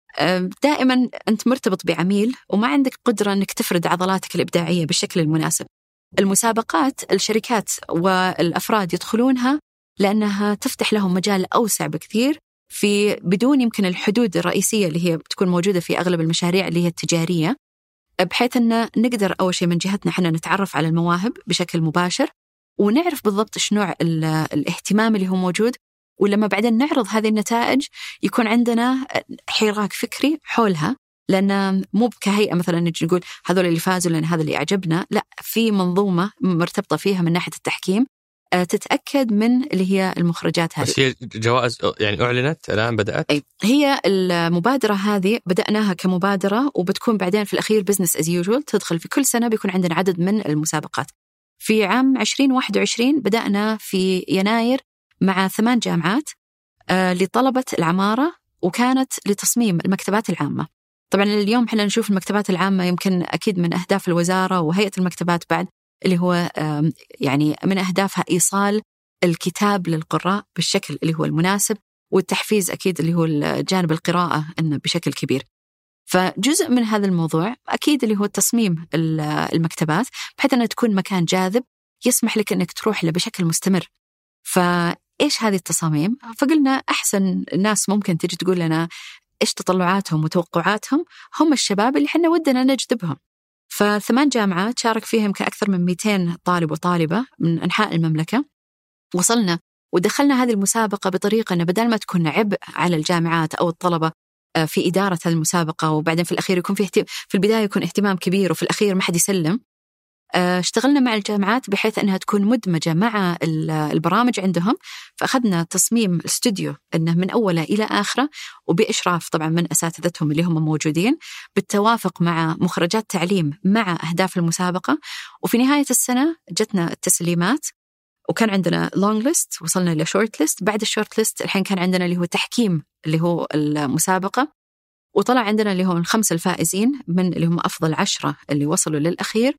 [SPEAKER 2] دائما أنت مرتبط بعميل وما عندك قدرة أنك تفرد عضلاتك الإبداعية بالشكل المناسب. المسابقات الشركات والأفراد يدخلونها لأنها تفتح لهم مجال أوسع بكثير في بدون يمكن الحدود الرئيسية اللي هي بتكون موجودة في أغلب المشاريع اللي هي التجارية، بحيث أن نقدر أول شيء من جهتنا حنا نتعرف على المواهب بشكل مباشر ونعرف بالضبط إيش نوع الاهتمام اللي هو موجود، ولما بعدين نعرض هذه النتائج يكون عندنا حراك فكري حولها، لأن مو كهيئة مثلا نجي نقول هذول اللي فازوا لأن هذا اللي أعجبنا، لا، في منظومة مرتبطة فيها من ناحية التحكيم تتأكد من اللي هي المخرجات هذه.
[SPEAKER 3] بس هي جوائز يعني أعلنت الآن بدأت؟
[SPEAKER 2] أي. هي المبادرة هذه بدأناها كمبادرة وبتكون بعدين في الأخير business as usual، تدخل في كل سنة بيكون عندنا عدد من المسابقات. في عام عشرين واحد وعشرين بدأنا في يناير مع ثمان جامعات لطلبة العمارة، وكانت لتصميم المكتبات العامة. طبعا اليوم احنا نشوف المكتبات العامة يمكن أكيد من أهداف الوزارة وهيئة المكتبات بعد اللي هو يعني من أهدافها إيصال الكتاب للقراء بالشكل اللي هو المناسب، والتحفيز أكيد اللي هو الجانب القراءة إنه بشكل كبير. فجزء من هذا الموضوع أكيد اللي هو تصميم المكتبات بحيث أنها تكون مكان جاذب يسمح لك أنك تروح له بشكل مستمر. فإيش هذه التصاميم؟ فقلنا أحسن الناس ممكن تجي تقول لنا إيش تطلعاتهم وتوقعاتهم هم الشباب اللي حنا ودنا نجذبهم. فثمان جامعات شارك فيهم كأكثر من مئتين طالب وطالبة من أنحاء المملكة. وصلنا ودخلنا هذه المسابقة بطريقة أن بدل ما تكون عبء على الجامعات أو الطلبة في إدارة هذه المسابقة، وبعدين في الأخير يكون في اهتمام، في البداية يكون اهتمام كبير وفي الأخير ما حد يسلم، اشتغلنا مع الجامعات بحيث أنها تكون مدمجة مع البرامج عندهم. فأخذنا تصميم الاستوديو أنه من أوله إلى آخره وبإشراف طبعا من أساتذتهم اللي هم موجودين، بالتوافق مع مخرجات تعليم مع أهداف المسابقة. وفي نهاية السنة جتنا التسليمات وكان عندنا لونج ليست، وصلنا إلى شورت ليست. بعد الشورت ليست الحين كان عندنا اللي هو تحكيم اللي هو المسابقة، وطلع عندنا اللي هم الخمسة الفائزين من اللي هم أفضل عشرة اللي وصلوا للأخير.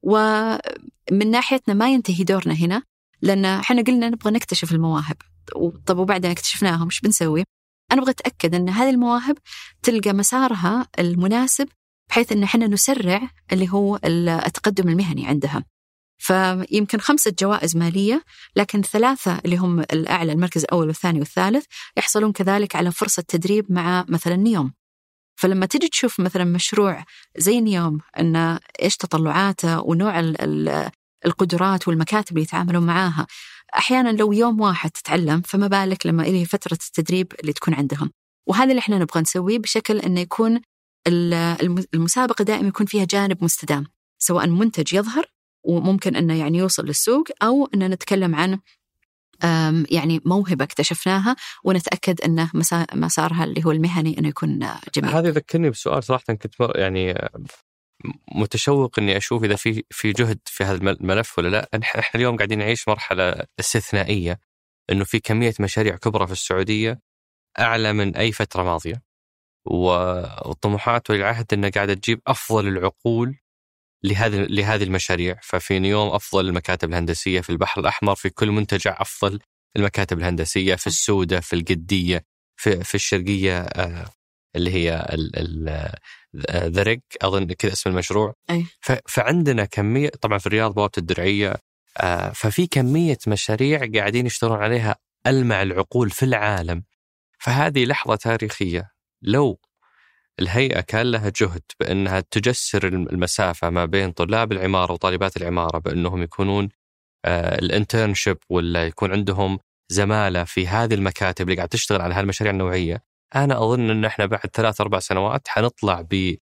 [SPEAKER 2] ومن ناحيتنا ما ينتهي دورنا هنا، لأن احنا قلنا نبغى نكتشف المواهب. طب وبعدين اكتشفناهم ايش بنسوي؟ أنا أبغى أتأكد أن هذه المواهب تلقى مسارها المناسب بحيث أن احنا نسرع اللي هو التقدم المهني عندها. فيمكن خمسة جوائز مالية، لكن ثلاثة اللي هم الأعلى، المركز الأول والثاني والثالث، يحصلون كذلك على فرصة تدريب مع مثلا نيوم. فلما تجي تشوف مثلا مشروع زي نيوم أن إيش تطلعاته ونوع القدرات والمكاتب اللي يتعاملون معاها، أحيانا لو يوم واحد تتعلم فما بالك لما إليه فترة التدريب اللي تكون عندهم. وهذا اللي احنا نبغى نسويه بشكل أنه يكون المسابقة دائما يكون فيها جانب مستدام، سواء منتج يظهر وممكن أنه يعني يوصل للسوق، أو أنه نتكلم عن يعني موهبة اكتشفناها ونتأكد أنه مسارها اللي هو المهني أنه يكون جميل.
[SPEAKER 3] هذا يذكرني بسؤال صراحة كنت يعني متشوق أني أشوف إذا في في جهد في هذا الملف ولا لا. إحنا اليوم قاعدين نعيش مرحلة استثنائية، أنه في كمية مشاريع كبرى في السعودية أعلى من أي فترة ماضية، والطموحات والعهد أنها قاعدة تجيب أفضل العقول لهذه لهذه المشاريع. ففي نيوم أفضل المكاتب الهندسية، في البحر الأحمر في كل منتجع أفضل المكاتب الهندسية، في السودة، في القدية، في في الشرقية آه اللي هي ذرق أظن كذا اسم المشروع.
[SPEAKER 2] أي.
[SPEAKER 3] فعندنا كمية، طبعا في الرياض بوابة الدرعية، آه ففي كمية مشاريع قاعدين يشتغلون عليها ألمع العقول في العالم. فهذه لحظة تاريخية. لو الهيئة كان لها جهد بأنها تجسر المسافة ما بين طلاب العمارة وطالبات العمارة، بأنهم يكونون آه الانترنشيب ولا يكون عندهم زمالة في هذه المكاتب اللي قاعد تشتغل على هالمشاريع النوعية، أنا أظن أن إحنا بعد ثلاث أربع سنوات حنطلع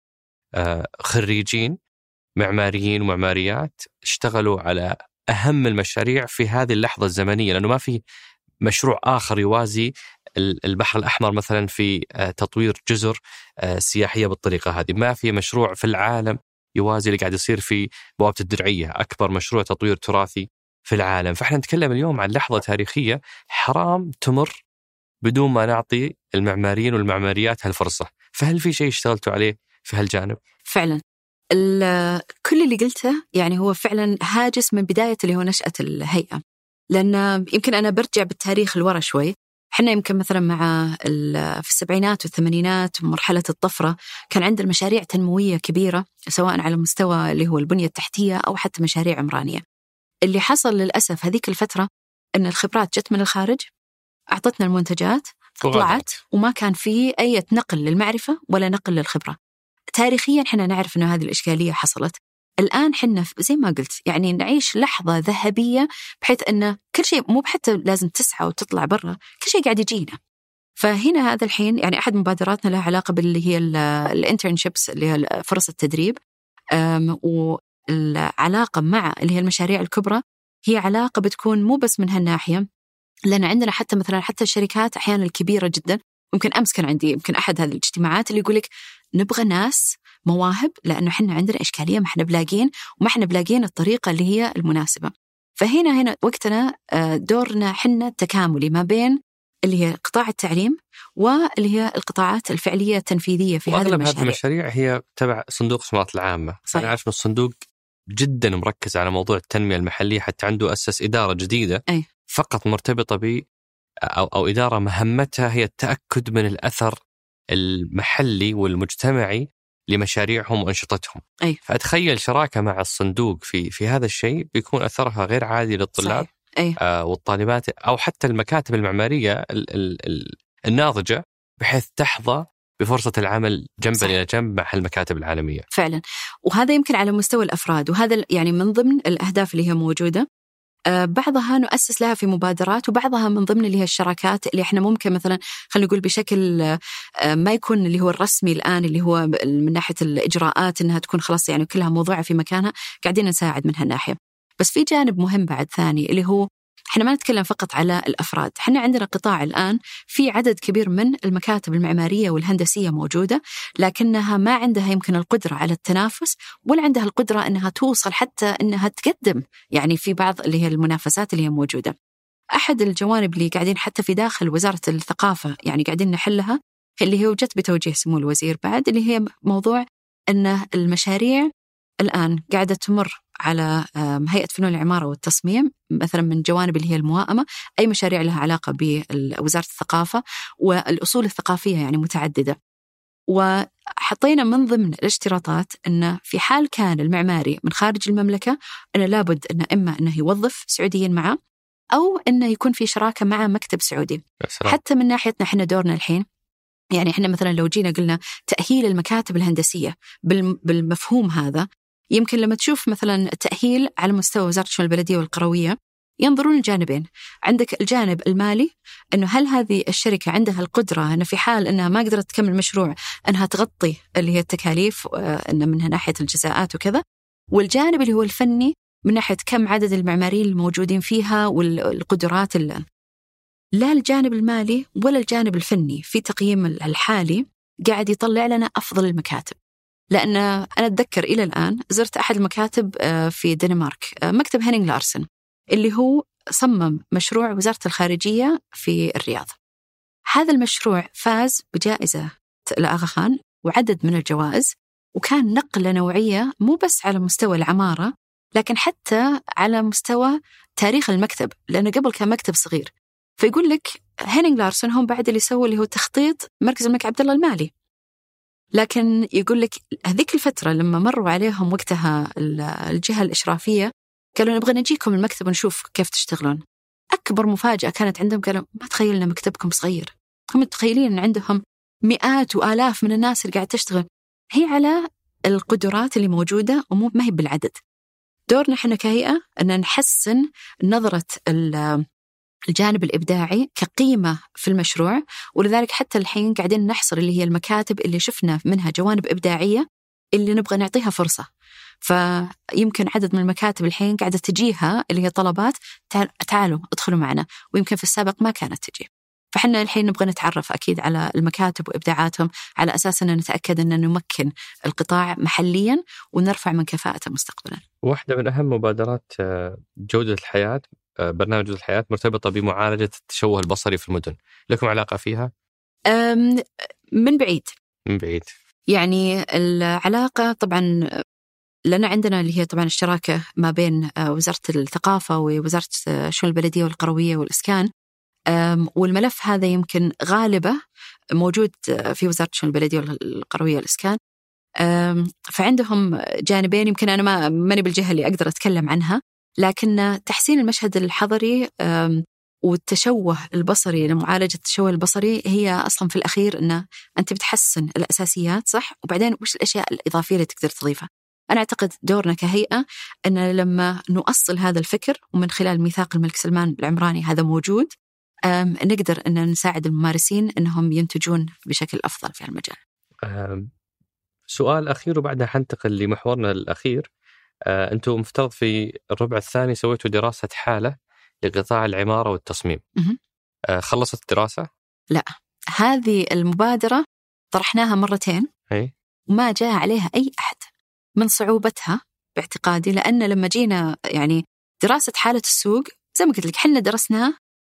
[SPEAKER 3] بخريجين معماريين ومعماريات اشتغلوا على أهم المشاريع في هذه اللحظة الزمنية، لأنه ما في مشروع آخر يوازي البحر الأحمر مثلا في تطوير جزر سياحية بالطريقة هذه. ما في مشروع في العالم يوازي اللي قاعد يصير في بوابة الدرعية، أكبر مشروع تطوير تراثي في العالم. فإحنا نتكلم اليوم عن لحظة تاريخية حرام تمر بدون ما نعطي المعماريين والمعماريات هالفرصة. فهل في شيء اشتغلتوا عليه في هالجانب؟
[SPEAKER 2] فعلا كل اللي قلته يعني هو فعلا هاجس من بداية اللي هو نشأة الهيئة، لأن يمكن أنا برجع بالتاريخ الورا شوي. إحنا يمكن مثلا مع في السبعينات والثمانينات مرحلة الطفرة كان عندنا مشاريع تنموية كبيرة سواء على مستوى اللي هو البنية التحتية أو حتى مشاريع عمرانية. اللي حصل للأسف هذيك الفترة أن الخبرات جت من الخارج، أعطتنا المنتجات، طلعت وما كان في أي نقل للمعرفة ولا نقل للخبرة. تاريخيا حنا نعرف أن هذه الإشكالية حصلت. الآن حنا زي ما قلت يعني نعيش لحظة ذهبية بحيث أن كل شيء مو بحتى لازم تسعى وتطلع برا، كل شيء قاعد يجينا. فهنا هذا الحين يعني أحد مبادراتنا لها علاقة باللي هي الانترنشيبس اللي هي فرص التدريب، والعلاقة مع اللي هي المشاريع الكبرى هي علاقة بتكون مو بس من هالناحية، لأن عندنا حتى مثلا حتى الشركات أحيانا الكبيرة جدا. يمكن أمس كان عندي يمكن أحد هذه الاجتماعات اللي يقولك نبغى ناس مواهب لأنه حنا عندنا إشكالية ما حنا بلاقين وما حنا بلاقين الطريقة اللي هي المناسبة. فهنا هنا وقتنا دورنا حنا التكاملي ما بين اللي هي قطاع التعليم واللي هي القطاعات الفعلية التنفيذية في هذه المشاريع.
[SPEAKER 3] هذه المشاريع هي تبع صندوق الاستثمارات العامة. أنا عارف أن الصندوق جدا مركز على موضوع التنمية المحلية، حتى عنده أسس إدارة جديدة أي. فقط مرتبطة ب أو, أو إدارة مهمتها هي التأكد من الأثر المحلي والمجتمعي لمشاريعهم وأنشطتهم.
[SPEAKER 2] أي.
[SPEAKER 3] فأتخيل شراكة مع الصندوق في في هذا الشيء بيكون أثرها غير عادي للطلاب آه والطالبات أو حتى المكاتب المعمارية ال ال ال الناضجة بحيث تحظى بفرصة العمل جنبا إلى جنب مع المكاتب العالمية.
[SPEAKER 2] فعلا، وهذا يمكن على مستوى الأفراد، وهذا يعني من ضمن الأهداف اللي هي موجودة. آه بعضها نؤسس لها في مبادرات، وبعضها من ضمن اللي هي الشراكات اللي احنا ممكن مثلا خلينا نقول بشكل آه ما يكون اللي هو الرسمي الآن اللي هو من ناحية الإجراءات إنها تكون خلاص يعني كلها موضوعة في مكانها، قاعدين نساعد من هالناحية. بس في جانب مهم بعد ثاني اللي هو احنا ما نتكلم فقط على الأفراد، احنا عندنا قطاع الآن في عدد كبير من المكاتب المعمارية والهندسية موجودة، لكنها ما عندها يمكن القدرة على التنافس ولا عندها القدرة أنها توصل حتى أنها تقدم يعني في بعض اللي هي المنافسات اللي هي موجودة. أحد الجوانب اللي قاعدين حتى في داخل وزارة الثقافة يعني قاعدين نحلها اللي هي وجدت بتوجيه سمو الوزير بعد، اللي هي موضوع أن المشاريع الآن قاعدة تمر على هيئة فنون العمارة والتصميم مثلا من جوانب اللي هي الموائمة، أي مشاريع لها علاقة بوزارة الثقافة والأصول الثقافية يعني متعددة. وحطينا من ضمن الاشتراطات أن في حال كان المعماري من خارج المملكة أنه لابد أنه إما أنه يوظف سعوديين معه أو أنه يكون في شراكة مع مكتب سعودي. حتى من ناحيتنا إحنا دورنا الحين يعني إحنا مثلا لو جينا قلنا تأهيل المكاتب الهندسية بالمفهوم هذا، يمكن لما تشوف مثلا تأهيل على مستوى وزارة الشؤون البلدية والقروية ينظرون الجانبين. عندك الجانب المالي أنه هل هذه الشركة عندها القدرة أنه في حال أنها ما قدرت تكمل مشروع أنها تغطي اللي هي التكاليف أن منها ناحية الجزاءات وكذا، والجانب اللي هو الفني من ناحية كم عدد المعماريين الموجودين فيها والقدرات اللي. لا الجانب المالي ولا الجانب الفني في تقييم الحالي قاعد يطلع لنا أفضل المكاتب. لأن أنا أتذكر إلى الآن زرت أحد المكاتب في دنمارك، مكتب هينينغ لارسن اللي هو صمم مشروع وزارة الخارجية في الرياض. هذا المشروع فاز بجائزة الآغا خان وعدد من الجوائز، وكان نقلة نوعية مو بس على مستوى العمارة لكن حتى على مستوى تاريخ المكتب، لأنه قبل كان مكتب صغير. فيقول لك هينينغ لارسن هم بعد اللي سووا اللي هو تخطيط مركز الملك عبد الله المالي. لكن يقول لك هذيك الفترة لما مروا عليهم وقتها الجهة الإشرافية قالوا نبغى نجيكم المكتب ونشوف كيف تشتغلون. أكبر مفاجأة كانت عندهم قالوا ما تخيلنا مكتبكم صغير، هم متخيلين أن عندهم مئات وآلاف من الناس اللي قاعد تشتغل. هي على القدرات اللي موجودة ومو ما هي بالعدد. دورنا احنا كهيئة أن نحسن نظرة الجانب الإبداعي كقيمة في المشروع، ولذلك حتى الحين قاعدين نحصر اللي هي المكاتب اللي شفنا منها جوانب إبداعية اللي نبغى نعطيها فرصة. فيمكن عدد من المكاتب الحين قاعدة تجيها اللي هي طلبات تعالوا ادخلوا معنا، ويمكن في السابق ما كانت تجي. فحنا الحين نبغى نتعرف أكيد على المكاتب وإبداعاتهم على أساس أن نتأكد أن نمكن القطاع محليا ونرفع من كفاءته مستقبلا.
[SPEAKER 3] واحدة من أهم مبادرات جودة الحياة، برنامج جودة الحياة، مرتبطة بمعالجة التشوه البصري في المدن، لكم علاقة فيها؟
[SPEAKER 2] من بعيد
[SPEAKER 3] من بعيد
[SPEAKER 2] يعني العلاقة طبعا لأن عندنا اللي هي طبعا الشراكة ما بين وزارة الثقافة ووزارة الشؤون البلدية والقروية والإسكان، والملف هذا يمكن غالبه موجود في وزارة الشؤون البلدية والقروية والإسكان. فعندهم جانبين، يمكن أنا ما ماني بالجهة اللي أقدر أتكلم عنها، لكن تحسين المشهد الحضري والتشوه البصري لمعالجة التشوه البصري هي أصلا في الأخير أنه أنت بتحسن الأساسيات صح، وبعدين وش الأشياء الإضافية اللي تقدر تضيفها. أنا أعتقد دورنا كهيئة أن لما نؤصل هذا الفكر ومن خلال ميثاق الملك سلمان العمراني هذا موجود، نقدر أن نساعد الممارسين أنهم ينتجون بشكل أفضل في المجال.
[SPEAKER 3] سؤال أخير وبعدها حنتقل لمحورنا الأخير. أنتم مفترض في الربع الثاني سويتوا دراسة حالة لقطاع العمارة والتصميم. خلصت الدراسة؟
[SPEAKER 2] لا، هذه المبادرة طرحناها مرتين
[SPEAKER 3] هي.
[SPEAKER 2] وما جاء عليها أي أحد من صعوبتها باعتقادي، لأن لما جينا يعني دراسة حالة السوق زي ما قلت لك حنا درسناه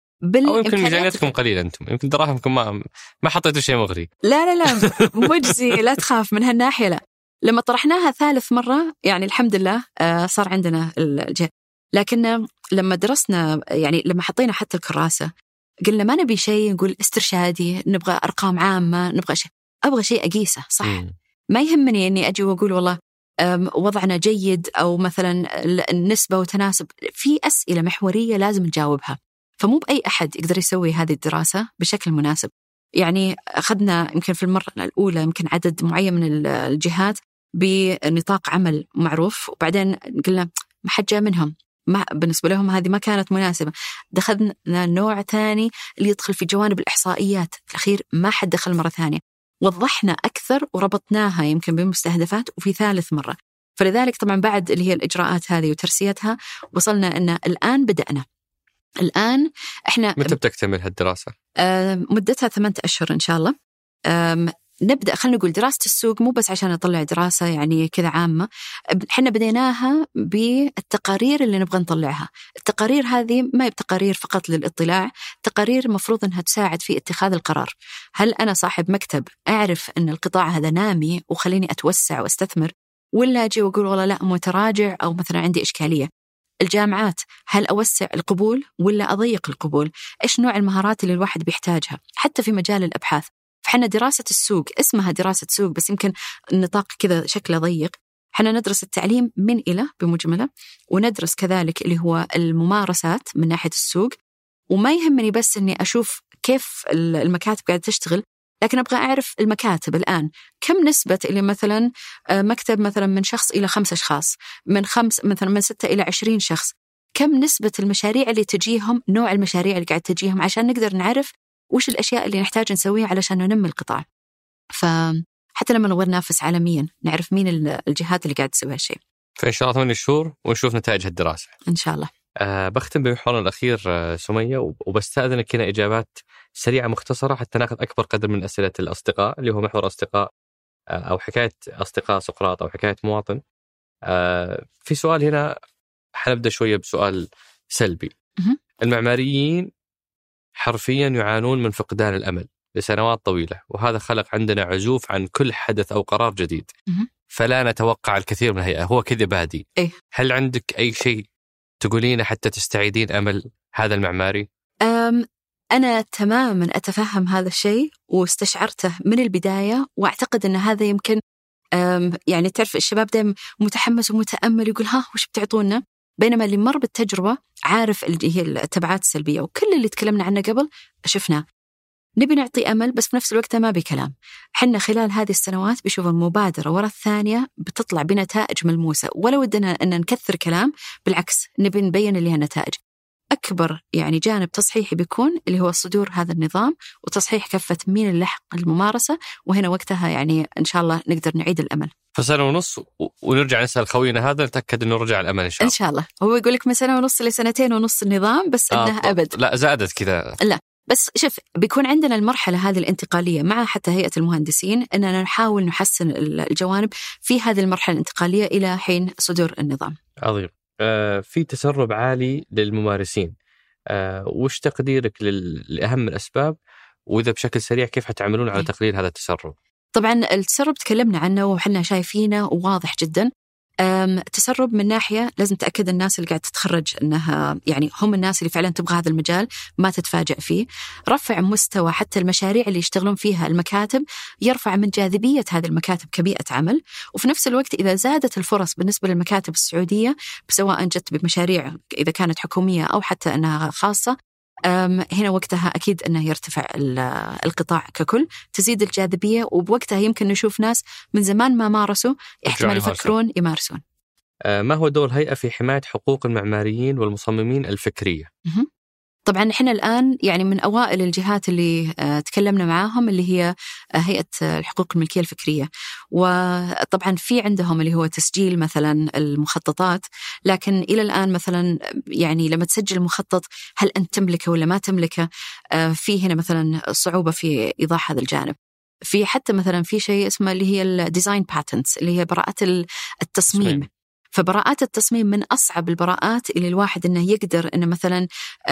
[SPEAKER 3] أو يمكن ميزانيتكم قليلة، أنتم يمكن دراهمكم ما ما حطيتوا شيء مغري.
[SPEAKER 2] لا لا لا مجزي، لا تخاف من هالناحية. لا، لما طرحناها ثالث مرة يعني الحمد لله صار عندنا الجهة، لكن لما درسنا يعني لما حطينا حتى الكراسة قلنا ما نبي شيء نقول استرشادي، نبغى أرقام عامة، نبغى شيء أبغى شيء أقيسه صح. م. ما يهمني إني أجي وأقول والله وضعنا جيد أو مثلا النسبة وتناسب، في أسئلة محورية لازم نجاوبها. فمو بأي أحد يقدر يسوي هذه الدراسة بشكل مناسب. يعني أخذنا يمكن في المرة الأولى يمكن عدد معين من الجهات بنطاق عمل معروف، وبعدين قلنا ما حد جاء منهم، ما بالنسبة لهم هذه ما كانت مناسبة. دخلنا نوع ثاني اللي يدخل في جوانب الإحصائيات، في الأخير ما حد دخل مرة ثانية. وضحنا أكثر وربطناها يمكن بمستهدفات وفي ثالث مرة. فلذلك طبعا بعد اللي هي الإجراءات هذه وترسيتها وصلنا أن الآن بدأنا. الآن إحنا
[SPEAKER 3] متى بتكتمل هالدراسة؟
[SPEAKER 2] آه مدتها ثمانية أشهر إن شاء الله. آه نبدأ خلينا نقول دراسة السوق مو بس عشان نطلع دراسة يعني كذا عامة، إحنا بديناها بالتقارير اللي نبغى نطلعها. التقارير هذه ما هي تقارير فقط للإطلاع، تقارير مفروض أنها تساعد في اتخاذ القرار. هل أنا صاحب مكتب أعرف أن القطاع هذا نامي وخليني أتوسع واستثمر، ولا أجي وأقول والله لا متراجع أو مثلا عندي إشكالية؟ الجامعات هل أوسع القبول ولا أضيق القبول؟ إيش نوع المهارات اللي الواحد بيحتاجها؟ حتى في مجال الأبحاث فحنا دراسة السوق اسمها دراسة سوق، بس يمكن النطاق كذا شكله ضيق. حنا ندرس التعليم من إلى بمجملة، وندرس كذلك اللي هو الممارسات من ناحية السوق. وما يهمني بس أني أشوف كيف المكاتب قاعدة تشتغل، لكن أبغى أعرف المكاتب الآن كم نسبة اللي مثلا مكتب مثلا من شخص إلى خمس أشخاص، من خمس مثلا من ستة إلى عشرين شخص، كم نسبة المشاريع اللي تجيهم، نوع المشاريع اللي قاعد تجيهم، عشان نقدر نعرف وش الأشياء اللي نحتاج نسويها علشان ننمي القطاع. فحتى لما نبغى ننافس عالميا نعرف مين الجهات اللي قاعد تسوي هالشيء.
[SPEAKER 3] فإن شاء الله ثمانية شهور ونشوف نتائج هالدراسة
[SPEAKER 2] إن شاء الله.
[SPEAKER 3] أه بختم بمحورنا الأخير أه سمية، وبستأذنك هنا إجابات سريعة مختصرة حتى ناخذ أكبر قدر من أسئلة الأصدقاء، اللي هو محور أصدقاء أه أو حكاية أصدقاء سقراط أو حكاية مواطن. أه في سؤال هنا حنبدأ شوية بسؤال سلبي. المعماريين حرفيا يعانون من فقدان الأمل لسنوات طويلة، وهذا خلق عندنا عزوف عن كل حدث أو قرار جديد، فلا نتوقع الكثير من الهيئة. هو كذا بادي.
[SPEAKER 2] إيه؟
[SPEAKER 3] هل عندك أي شيء تقولين حتى تستعيدين أمل هذا المعماري؟
[SPEAKER 2] أم أنا تماما أتفهم هذا الشيء واستشعرته من البداية، وأعتقد أن هذا يمكن يعني تعرف الشباب دائما متحمس ومتأمل يقول ها وش بتعطونا، بينما اللي مر بالتجربة عارف اللي هي التبعات السلبية، وكل اللي تكلمنا عنه قبل شفناه. نبي نعطي أمل بس في نفس الوقت ما بكلام. حنا خلال هذه السنوات بشوف المبادرة وراء الثانية بتطلع بنتائج ملموسة، ولا ودنا أن نكثر كلام، بالعكس نبي نبين اللي هي النتائج. أكبر يعني جانب تصحيحي بيكون اللي هو صدور هذا النظام وتصحيح كفة مين اللحق الممارسة، وهنا وقتها يعني إن شاء الله نقدر نعيد الأمل.
[SPEAKER 3] فسنة ونص ونرجع نسأل خوينا هذا نتأكد إنه رجع الأمل إن شاء الله.
[SPEAKER 2] إن شاء الله. هو يقول لك من سنة ونص لسنتين ونص النظام، بس
[SPEAKER 3] آه
[SPEAKER 2] إنه أبد
[SPEAKER 3] لا زادت كذا.
[SPEAKER 2] لا بس شوف بيكون عندنا المرحلة هذه الانتقالية مع حتى هيئة المهندسين أننا نحاول نحسن الجوانب في هذه المرحلة الانتقالية إلى حين صدور النظام.
[SPEAKER 3] عظيم. آه في تسرب عالي للممارسين، آه وش تقديرك لأهم الأسباب، وإذا بشكل سريع كيف حتعملون على تقليل هذا التسرب؟
[SPEAKER 2] طبعا التسرب تكلمنا عنه وحنا شايفينه وواضح جدا. تسرب من ناحية لازم تأكد الناس اللي قاعد تتخرج أنها يعني هم الناس اللي فعلا تبغى هذا المجال، ما تتفاجأ فيه. رفع مستوى حتى المشاريع اللي يشتغلون فيها المكاتب، يرفع من جاذبية هذه المكاتب كبيئة عمل. وفي نفس الوقت إذا زادت الفرص بالنسبة للمكاتب السعودية سواء جت بمشاريع إذا كانت حكومية أو حتى أنها خاصة، هنا وقتها أكيد أنه يرتفع القطاع ككل، تزيد الجاذبية، وبوقتها يمكن نشوف ناس من زمان ما مارسوا احتمال يفكرون يمارسون.
[SPEAKER 3] ما هو دور الهيئة في حماية حقوق المعماريين والمصممين الفكرية؟
[SPEAKER 2] طبعا إحنا الآن يعني من أوائل الجهات اللي تكلمنا معاهم اللي هي هيئة الحقوق الملكية الفكرية، وطبعا في عندهم اللي هو تسجيل مثلا المخططات، لكن إلى الآن مثلا يعني لما تسجل المخطط هل أنت تملكه ولا ما تملكه، في هنا مثلا صعوبة في إيضاح هذا الجانب. في حتى مثلا في شيء اسمه اللي هي الديزاين باتنتس اللي هي براءات التصميم. صحيح. فبراءات التصميم من أصعب البراءات اللي الواحد إنه يقدر إنه مثلا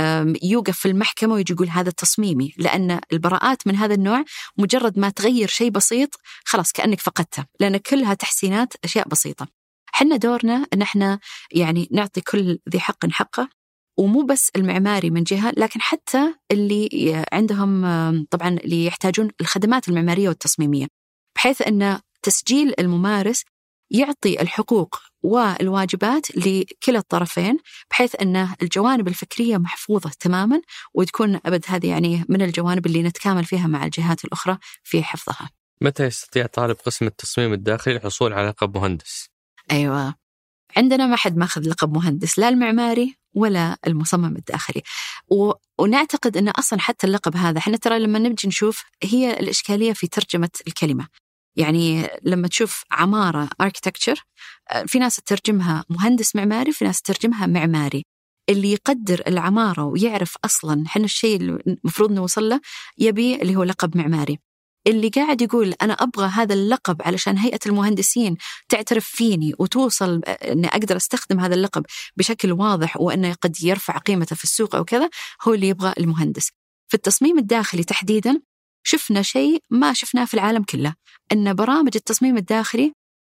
[SPEAKER 2] يوقف في المحكمة ويجي يقول هذا تصميمي، لأن البراءات من هذا النوع مجرد ما تغير شيء بسيط خلاص كأنك فقدته، لأن كلها تحسينات أشياء بسيطة. حنا دورنا إن إحنا يعني نعطي كل ذي حق حقه، ومو بس المعماري من جهة، لكن حتى اللي عندهم طبعا اللي يحتاجون الخدمات المعمارية والتصميمية، بحيث أن تسجيل الممارس يعطي الحقوق والواجبات لكلا الطرفين، بحيث أن الجوانب الفكرية محفوظة تماما، وتكون أبد هذه يعني من الجوانب اللي نتكامل فيها مع الجهات الأخرى في حفظها.
[SPEAKER 3] متى يستطيع طالب قسم التصميم الداخلي الحصول على لقب مهندس؟
[SPEAKER 2] أيوة، عندنا ما حد ماخذ لقب مهندس، لا المعماري ولا المصمم الداخلي. و... ونعتقد أن أصلا حتى اللقب هذا احنا ترى لما نبجي نشوف هي الإشكالية في ترجمة الكلمة. يعني لما تشوف عمارة architecture في ناس تترجمها مهندس معماري، في ناس تترجمها معماري. اللي يقدر العمارة ويعرف أصلا حنا الشيء اللي المفروض نوصل له يبي اللي هو لقب معماري. اللي قاعد يقول أنا أبغى هذا اللقب علشان هيئة المهندسين تعترف فيني وتوصل أن أقدر أستخدم هذا اللقب بشكل واضح وأنه قد يرفع قيمته في السوق أو كذا، هو اللي يبغى المهندس. في التصميم الداخلي تحديدا شفنا شيء ما شفناه في العالم كله، أن برامج التصميم الداخلي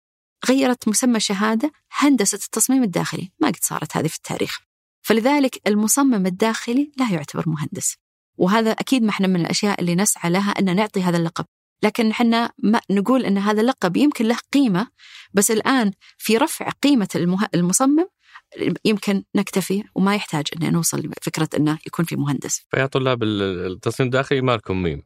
[SPEAKER 2] غيرت مسمى شهادة هندسة التصميم الداخلي، ما قد صارت هذه في التاريخ. فلذلك المصمم الداخلي لا يعتبر مهندس، وهذا أكيد ما احنا من الأشياء اللي نسعى لها أن نعطي هذا اللقب. لكن احنا ما نقول أن هذا اللقب يمكن له قيمة، بس الآن في رفع قيمة المه... المصمم يمكن نكتفي وما يحتاج أن نوصل لفكرة أنه يكون في مهندس.
[SPEAKER 3] فيا طلاب التصميم الداخلي ما لكم ميم؟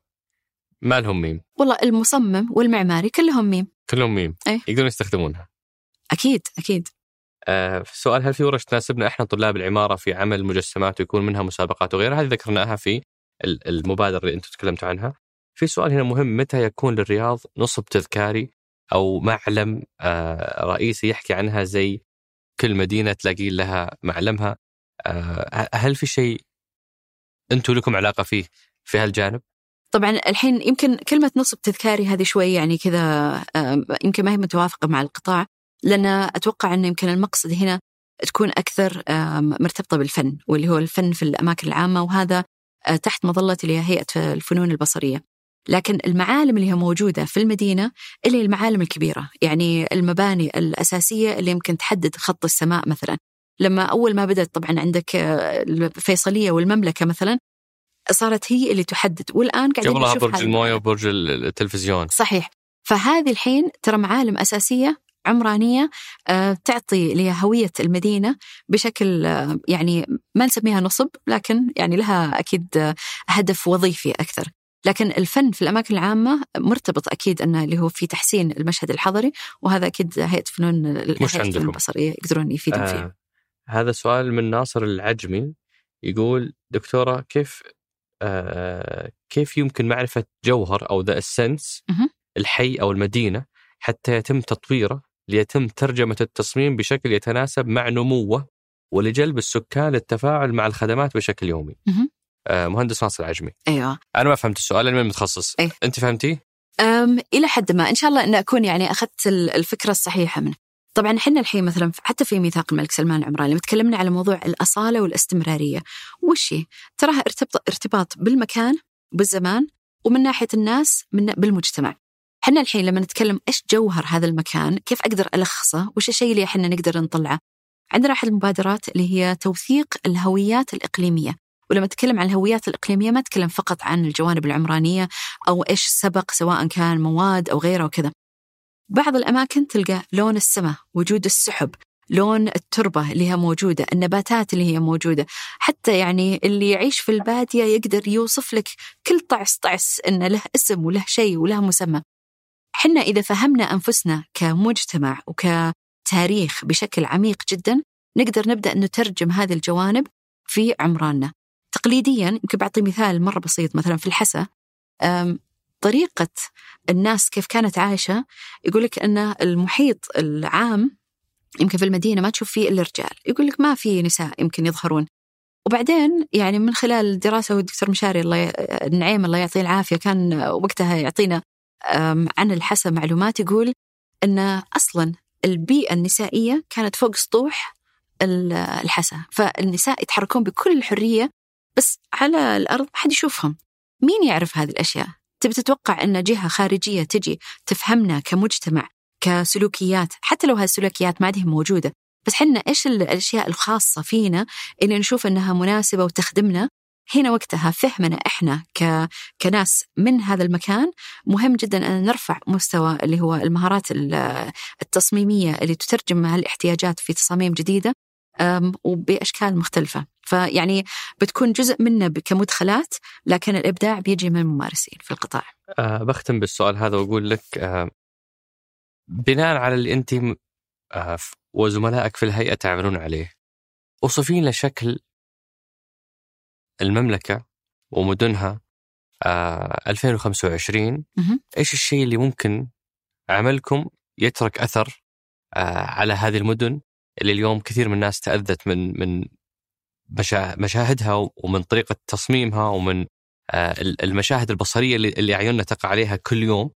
[SPEAKER 3] ما لهم ميم؟
[SPEAKER 2] والله المصمم والمعماري كلهم ميم.
[SPEAKER 3] كلهم ميم.
[SPEAKER 2] أيه؟
[SPEAKER 3] يقدرون يستخدمونها.
[SPEAKER 2] أكيد أكيد.
[SPEAKER 3] آه سؤال، هل في ورش تناسبنا إحنا طلاب العمارة في عمل مجسمات ويكون منها مسابقات وغيرها؟ هذه ذكرناها في المبادرة اللي أنتم تكلمتوا عنها. في سؤال هنا مهم، متى يكون للرياض نصب تذكاري أو معلم آه رئيسي يحكي عنها زي كل مدينة تلاقي لها معلمها؟ آه هل في شيء أنتم لكم علاقة فيه في هالجانب؟
[SPEAKER 2] طبعا الحين يمكن كلمة نصب تذكاري هذه شوي يعني كذا يمكن ما هي متوافقة مع القطاع، لأن أتوقع أن يمكن المقصد هنا تكون أكثر مرتبطة بالفن، واللي هو الفن في الأماكن العامة، وهذا تحت مظلة اللي هي هيئة الفنون البصرية. لكن المعالم اللي هي موجودة في المدينة اللي هي المعالم الكبيرة، يعني المباني الأساسية اللي يمكن تحدد خط السماء مثلا. لما أول ما بدأت طبعا عندك الفيصلية والمملكة مثلا صارت هي اللي تحدد، والآن قاعدين
[SPEAKER 3] نشوف قبلها برج الموية وبرج التلفزيون.
[SPEAKER 2] صحيح. فهذه الحين ترى معالم أساسية عمرانية تعطي لها هوية المدينة بشكل يعني ما نسميها نصب، لكن يعني لها أكيد هدف وظيفي أكثر. لكن الفن في الأماكن العامة مرتبط أكيد أنه اللي هو في تحسين المشهد الحضري، وهذا أكيد هيئة فنون البصرية يقدرون يفيدون
[SPEAKER 3] آه
[SPEAKER 2] فيه.
[SPEAKER 3] هذا سؤال من ناصر العجمي، يقول دكتورة كيف آه كيف يمكن معرفة جوهر أو ذا السنس الحي أو المدينة حتى يتم تطويره ليتم ترجمة التصميم بشكل يتناسب مع نموه ولجلب السكان للتفاعل مع الخدمات بشكل يومي؟ آه مهندس ناصر العجمي.
[SPEAKER 2] أيوة.
[SPEAKER 3] أنا ما فهمت السؤال، أنا من متخصص.
[SPEAKER 2] أيه؟
[SPEAKER 3] أنت فهمتي؟
[SPEAKER 2] أم إلى حد ما إن شاء الله أن أكون يعني أخذت الفكرة الصحيحة منه. طبعا إحنا الحين مثلا حتى في ميثاق الملك سلمان العمراني لما تكلمنا على موضوع الأصالة والاستمرارية، وشي تراها ارتباط ارتباط بالمكان بالزمان ومن ناحية الناس من بالمجتمع. حنا الحين لما نتكلم إيش جوهر هذا المكان، كيف أقدر ألخصه، وش الشيء اللي إحنا نقدر نطلعه. عندنا أحد المبادرات اللي هي توثيق الهويات الإقليمية. ولما نتكلم عن الهويات الإقليمية ما نتكلم فقط عن الجوانب العمرانية أو إيش سبق سواء كان مواد أو غيره وكذا. بعض الأماكن تلقى لون السماء، وجود السحب، لون التربة اللي هي موجودة، النباتات اللي هي موجودة. حتى يعني اللي يعيش في البادية يقدر يوصف لك كل طعس طعس إنه له اسم وله شيء وله مسمى. حنا إذا فهمنا أنفسنا كمجتمع وكتاريخ بشكل عميق جدا، نقدر نبدأ نترجم هذه الجوانب في عمراننا. تقليديا يمكن بعطي مثال مرة بسيط، مثلا في الحسا طريقة الناس كيف كانت عايشة، يقولك أن المحيط العام يمكن في المدينة ما تشوف فيه إلا الرجال، يقولك ما في نساء يمكن يظهرون. وبعدين يعني من خلال الدراسة، والدكتور مشاري الله النعيم الله يعطيه العافية كان وقتها يعطينا عن الحسا معلومات، يقول أن أصلا البيئة النسائية كانت فوق سطوح الحسا، فالنساء يتحركون بكل حرية بس على الأرض ما حد يشوفهم. مين يعرف هذه الأشياء؟ تبي تتوقع أن جهة خارجية تجي تفهمنا كمجتمع كسلوكيات، حتى لو هالسلوكيات ما عندها موجودة، بس حنا إيش الأشياء الخاصة فينا اللي نشوف أنها مناسبة وتخدمنا. هنا وقتها فهمنا إحنا ك... كناس من هذا المكان مهم جدا أن نرفع مستوى اللي هو المهارات التصميمية اللي تترجم هالاحتياجات في تصاميم جديدة وبأشكال مختلفة. فيعني بتكون جزء منا كمدخلات، لكن الإبداع بيجي من الممارسين في القطاع.
[SPEAKER 3] أه بختم بالسؤال هذا وأقول لك أه بناء على اللي أنت أه وزملائك في الهيئة تعملون عليه، وصفين لشكل المملكة ومدنها أه ألفين وخمسة وعشرين. إيش الشيء اللي ممكن عملكم يترك أثر أه على هذه المدن اللي اليوم كثير من الناس تأذت من من مشاهدها ومن طريقة تصميمها ومن المشاهد البصرية اللي عيوننا تقع عليها كل يوم؟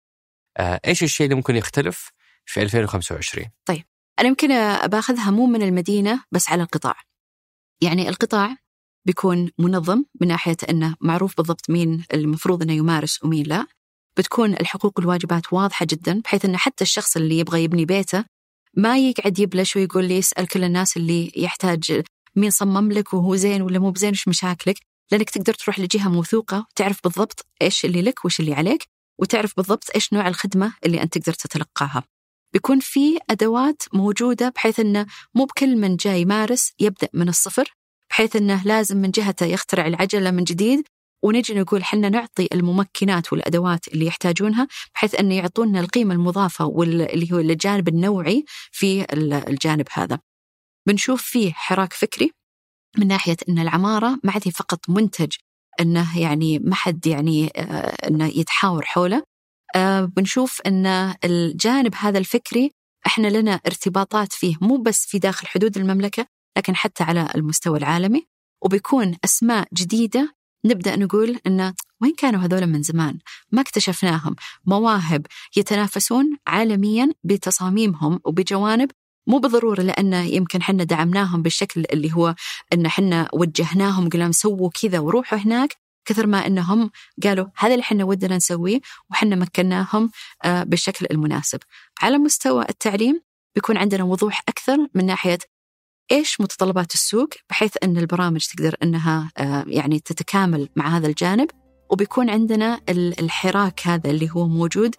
[SPEAKER 3] إيش الشيء اللي ممكن يختلف في ألفين وخمسة وعشرين؟
[SPEAKER 2] طيب أنا يمكن أباخذها مو من المدينة بس على القطاع. يعني القطاع بيكون منظم من ناحية أنه معروف بالضبط مين المفروض أنه يمارس ومين لا. بتكون الحقوق والواجبات واضحة جدا، بحيث أن حتى الشخص اللي يبغى يبني بيته ما يقعد يبلش ويقول لي يسأل كل الناس اللي يحتاج مين صمم لك وهو زين ولا مو بزين وش مشاكلك، لأنك تقدر تروح لجهة موثوقة وتعرف بالضبط إيش اللي لك وإيش اللي عليك، وتعرف بالضبط إيش نوع الخدمة اللي أنت تقدر تتلقاها. بيكون في أدوات موجودة بحيث أنه مو بكل من جاي يمارس يبدأ من الصفر، بحيث أنه لازم من جهته يخترع العجلة من جديد، ونجي نقول حنا نعطي الممكنات والأدوات اللي يحتاجونها بحيث أن يعطونا القيمة المضافة واللي هو الجانب النوعي في الجانب هذا. بنشوف فيه حراك فكري من ناحية أن العمارة ما عاد فقط منتج أنه يعني ما حد يعني آه أنه يتحاور حوله. آه بنشوف أن الجانب هذا الفكري إحنا لنا ارتباطات فيه مو بس في داخل حدود المملكة لكن حتى على المستوى العالمي، وبيكون أسماء جديدة نبدأ نقول إنه وين كانوا هذول من زمان ما اكتشفناهم، مواهب يتنافسون عالميا بتصاميمهم وبجوانب مو بالضرورة لأن يمكن حنا دعمناهم بالشكل اللي هو إن حنا وجهناهم قلنا سووا كذا وروحوا هناك، كثر ما إنهم قالوا هذا اللي حنا ودنا نسويه وحنا مكناهم بالشكل المناسب. على مستوى التعليم بيكون عندنا وضوح أكثر من ناحية إيش متطلبات السوق، بحيث أن البرامج تقدر أنها يعني تتكامل مع هذا الجانب، وبيكون عندنا الحراك هذا اللي هو موجود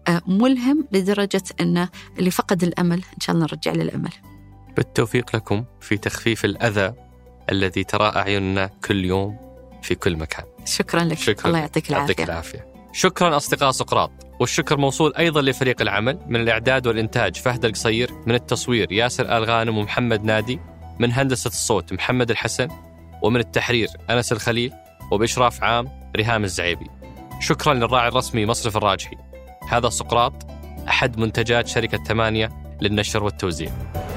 [SPEAKER 2] ملهم لدرجة أنه اللي فقد الأمل إن شاء الله نرجع للأمل.
[SPEAKER 3] بالتوفيق لكم في تخفيف الأذى الذي ترى أعيننا كل يوم في كل مكان.
[SPEAKER 2] شكرا لك. شكرا. الله يعطيك العافية.
[SPEAKER 3] يعطيك العافية. شكرا أصدقاء سقراط، والشكر موصول أيضا لفريق العمل من الإعداد والإنتاج فهد القصير، من التصوير ياسر آل غانم ومحمد نادي، من هندسة الصوت محمد الحسن، ومن التحرير أنس الخليل، وبإشراف عام ريهام الزعيبي. شكرا للراعي الرسمي مصرف الراجحي. هذا سقراط أحد منتجات شركة ثمانية للنشر والتوزيع.